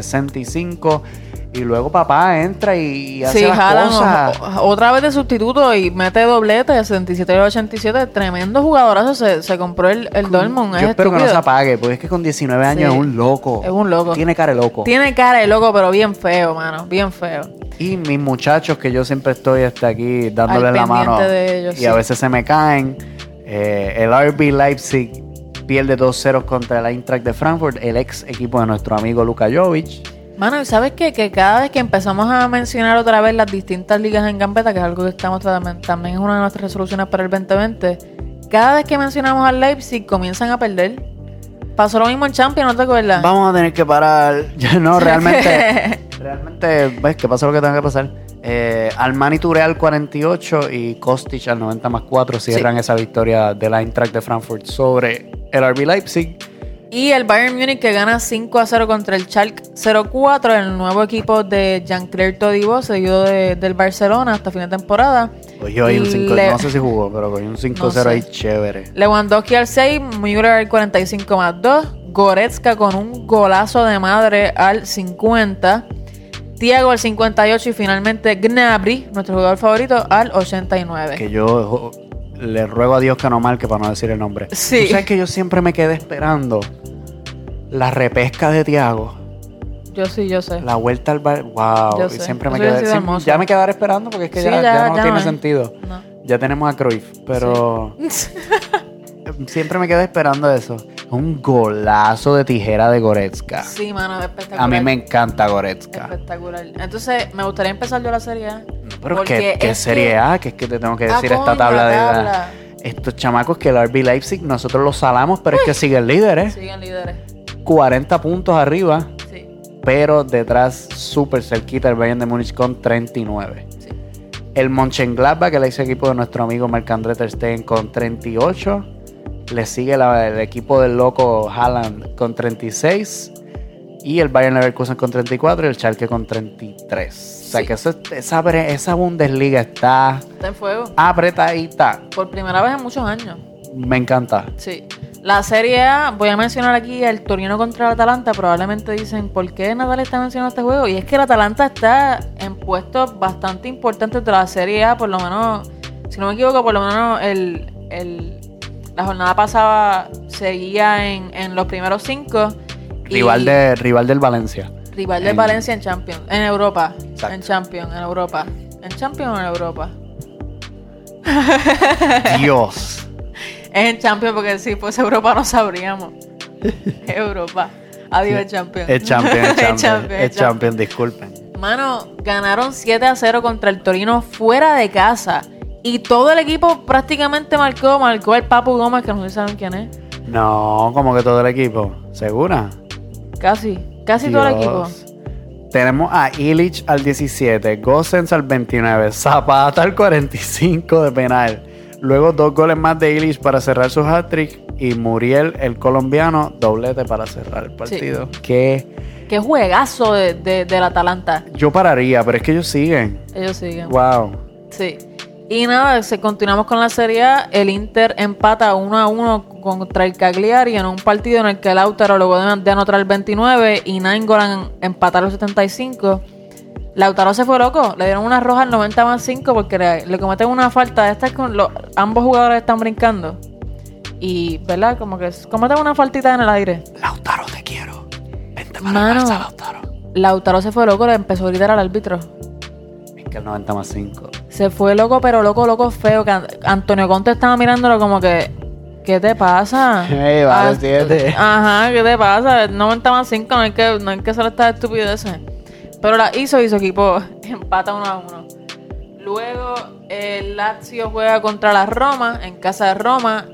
65, y luego papá entra y hace las cosas. Otra vez de sustituto y mete doblete, 67 y 87, tremendo jugadorazo se compró el Dortmund. Yo espero que no se apague, porque es que con 19 años es un loco. Es un loco. Tiene cara de loco. Tiene cara de loco, pero bien feo, mano, bien feo. Y mis muchachos, que yo siempre estoy hasta aquí dándole la mano de ellos, y a veces se me caen. El RB Leipzig pierde 2-0 contra el Eintracht de Frankfurt, el ex equipo de nuestro amigo Luka Jovic. Mano, ¿y sabes qué? Que cada vez que empezamos a mencionar otra vez las distintas ligas en Gambetta, que es algo que estamos también es una de nuestras resoluciones para el 2020, cada vez que mencionamos al Leipzig comienzan a perder. Pasó lo mismo en Champions, ¿no te acuerdas? Vamos a tener que parar. No, realmente, ves que pasa lo que tenga que pasar. Armani Touré al 48 y Kostic al 90+4 cierran esa victoria del Eintracht de Frankfurt sobre el RB Leipzig. Y el Bayern Múnich que gana 5-0 contra el Schalke 04, el nuevo equipo de Jean-Claire Todibo, seguido del Barcelona hasta fin de temporada. Oye, hoy un 5, no sé si jugó, pero cogí un 5-0 no sé. Ahí chévere. Lewandowski al 6, Müller al 45+2, Goretzka con un golazo de madre al 50, Thiago al 58 y finalmente Gnabry, nuestro jugador favorito, al 89. Que yo le ruego a Dios que no marque para no decir el nombre. Sí. Tú sabes que yo siempre me quedé esperando la repesca de Thiago. Yo sé. La vuelta al bar. Wow. Yo y sé. siempre me quedé. Ya me quedaré esperando porque es que ya no tiene sentido. No. Ya tenemos a Cruyff. Pero siempre me quedé esperando eso. Un golazo de tijera de Goretzka. Sí, mano, espectacular. A mí me encanta Goretzka. Espectacular. Entonces, me gustaría empezar yo la Serie A. Pero ¿qué Serie A? Que es que te tengo que decir esta tabla de edad. Estos chamacos que el RB Leipzig, nosotros los salamos, pero es que siguen líderes. Siguen líderes. 40 puntos arriba. Sí. Pero detrás, súper cerquita, el Bayern de Múnich con 39. Sí. El Mönchengladbach, que es el ex equipo de nuestro amigo Marc-André ter Stegen, con 38. Le sigue el equipo del loco Haaland con 36. Y el Bayern Leverkusen con 34 y el Schalke con 33. O sea que esa Bundesliga está en fuego. Apretadita. Por primera vez en muchos años. Me encanta. Sí. La Serie A, voy a mencionar aquí el Torino contra el Atalanta. Probablemente dicen, ¿por qué Nadal está mencionando este juego? Y es que el Atalanta está en puestos bastante importantes de la Serie A. Por lo menos, si no me equivoco, por lo menos la jornada pasada seguía en los primeros 5. Rival del Valencia. Rival del Valencia en Champions. En Europa. Exacto. En Champions, en Europa. ¿En Champions o en Europa? Dios. Es en Champions porque si fuese Europa no sabríamos. Europa. Adiós, el Champions. Es Champions, disculpen. Mano, ganaron 7-0 contra el Torino fuera de casa. Y todo el equipo prácticamente marcó el Papu Gómez, que no sé si saben quién es. No, como que todo el equipo. ¿Segura? Casi todo el equipo. Tenemos a Illich al 17, Gosens al 29, Zapata al 45 de penal. Luego 2 goles más de Illich para cerrar su hat-trick y Muriel, el colombiano, doblete para cerrar el partido. Sí. Qué juegazo del Atalanta. Yo pararía, pero es que ellos siguen. Wow. Sí. Y nada, continuamos con la Serie A. El Inter empata 1-1 contra el Cagliari en un partido en el que Lautaro luego de anotar el 29 y Nainggolan empatar los 75. Lautaro se fue loco, le dieron una roja al 90+5 porque le cometen una falta. Esta es con ambos jugadores están brincando. Y, ¿verdad? Como que cometen una faltita en el aire. Lautaro, te quiero. Vente para el Barça, Lautaro. Lautaro se fue loco, le empezó a gritar al árbitro. Es que el 90+5. Se fue loco, pero loco feo. Que Antonio Conte estaba mirándolo como que... ¿Qué te pasa? Vale, 7. Ajá, ¿qué te pasa? 90+5, no hay que hacer estas estupideces. Pero la hizo y su equipo empata 1-1. Luego el Lazio juega contra la Roma, en casa de Roma.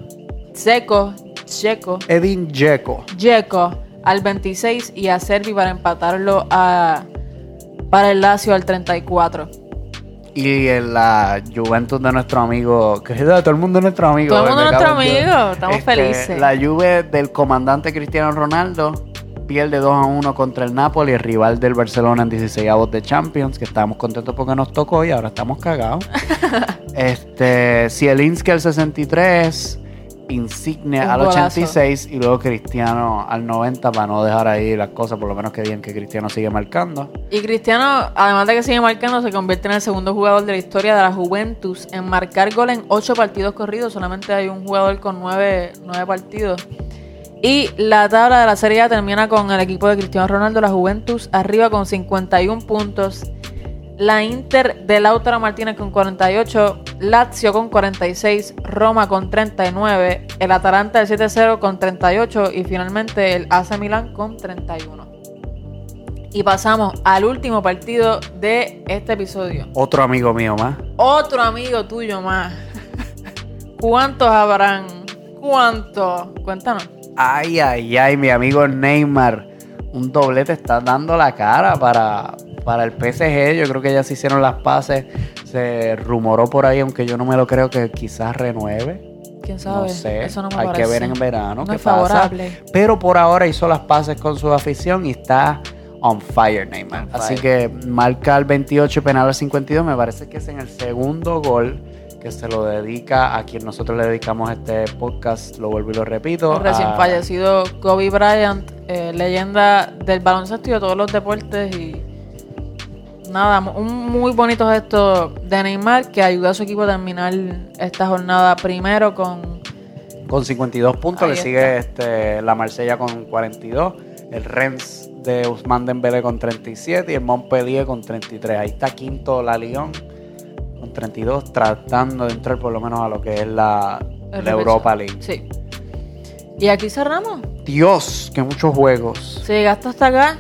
Edin Dzeko al 26 y a Servi para empatarlo para el Lazio al 34. Y en la Juventus de nuestro amigo, que todo el mundo es nuestro amigo. Todo el mundo es nuestro amigo, estamos felices. La Juve del comandante Cristiano Ronaldo pierde 2-1 contra el Napoli, el rival del Barcelona en 16avos de Champions, que estábamos contentos porque nos tocó y ahora estamos cagados. Zielinski al 63, Insigne al 86 y luego Cristiano al 90 para no dejar ahí las cosas, por lo menos que digan que Cristiano sigue marcando. Y Cristiano, además de que sigue marcando, se convierte en el segundo jugador de la historia de la Juventus en marcar gol en 8 partidos corridos. Solamente hay un jugador con 9 partidos. Y la tabla de la Serie A termina con el equipo de Cristiano Ronaldo, la Juventus, arriba con 51 puntos. La Inter de Lautaro Martínez con 48, Lazio con 46, Roma con 39, el Atalanta del 7-0 con 38 y finalmente el AC Milán con 31. Y pasamos al último partido de este episodio. Otro amigo mío más. Otro amigo tuyo más. ¿Cuántos habrán? ¿Cuántos? Cuéntanos. Ay, mi amigo Neymar. Un doblete está dando la cara para el PSG. Yo creo que ya se hicieron las paces. Se rumoró por ahí, aunque yo no me lo creo, que quizás renueve. ¿Quién sabe? No sé. Eso no me Hay parece. que ver en verano no qué es favorable. pasa. Pero por ahora hizo las paces con su afición y está on fire, Neymar. Así que marca el 28, penal al 52. Me parece que es en el segundo gol que se lo dedica a quien nosotros le dedicamos este podcast, lo vuelvo y lo repito. El recién fallecido Kobe Bryant, leyenda del baloncesto y de todos los deportes. Y nada, un muy bonito gesto de Neymar que ayudó a su equipo a terminar esta jornada primero con 52 puntos. Ahí le sigue la Marsella con 42, el Rennes de Ousmane Dembélé con 37 y el Montpellier con 33. Ahí está quinto la Lyon con 32, tratando de entrar por lo menos a lo que es la Europa League. Sí. Y aquí cerramos. Dios, que muchos juegos. Si llegaste hasta acá,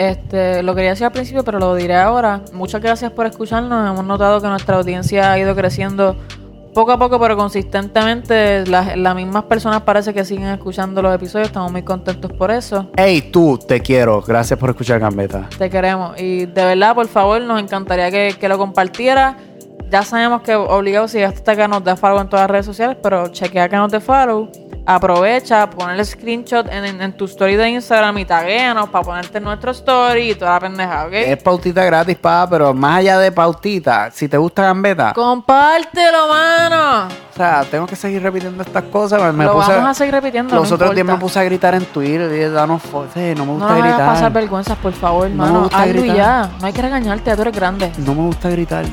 lo quería decir al principio, pero lo diré ahora. Muchas gracias por escucharnos. Hemos notado que nuestra audiencia ha ido creciendo poco a poco, pero consistentemente. Las mismas personas parece que siguen escuchando los episodios. Estamos muy contentos por eso. Hey, tú, te quiero. Gracias por escuchar Gambeta. Te queremos. Y de verdad, por favor, nos encantaría que lo compartiera. Ya sabemos que obligado, si llegaste hasta acá, nos da follow en todas las redes sociales, pero chequea que nos dé follow. Aprovecha, ponle screenshot en tu story de Instagram y taguéanos para ponerte en nuestro story y toda la pendeja, ¿ok? Es pautita gratis, pero más allá de pautita, si te gusta Gambeta, ¡compártelo, mano! o sea, tengo que seguir repitiendo estas cosas. Vamos a seguir repitiendo. Los no otros días importa. me puse a gritar en Twitter y danos fotos. No me gusta No nos gritar. hagas pasar vergüenzas, por favor, No mano. me gusta Hazlo y gritar. ya. No hay que regañarte, ya tú eres grande. No me gusta gritar.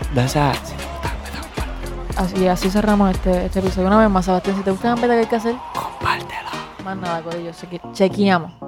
Así cerramos este episodio. Una vez más, Sebastián, si te gusta Gambeta, ¿qué hay que hacer? Compártelo. Más nada, corillo. Chequeamos.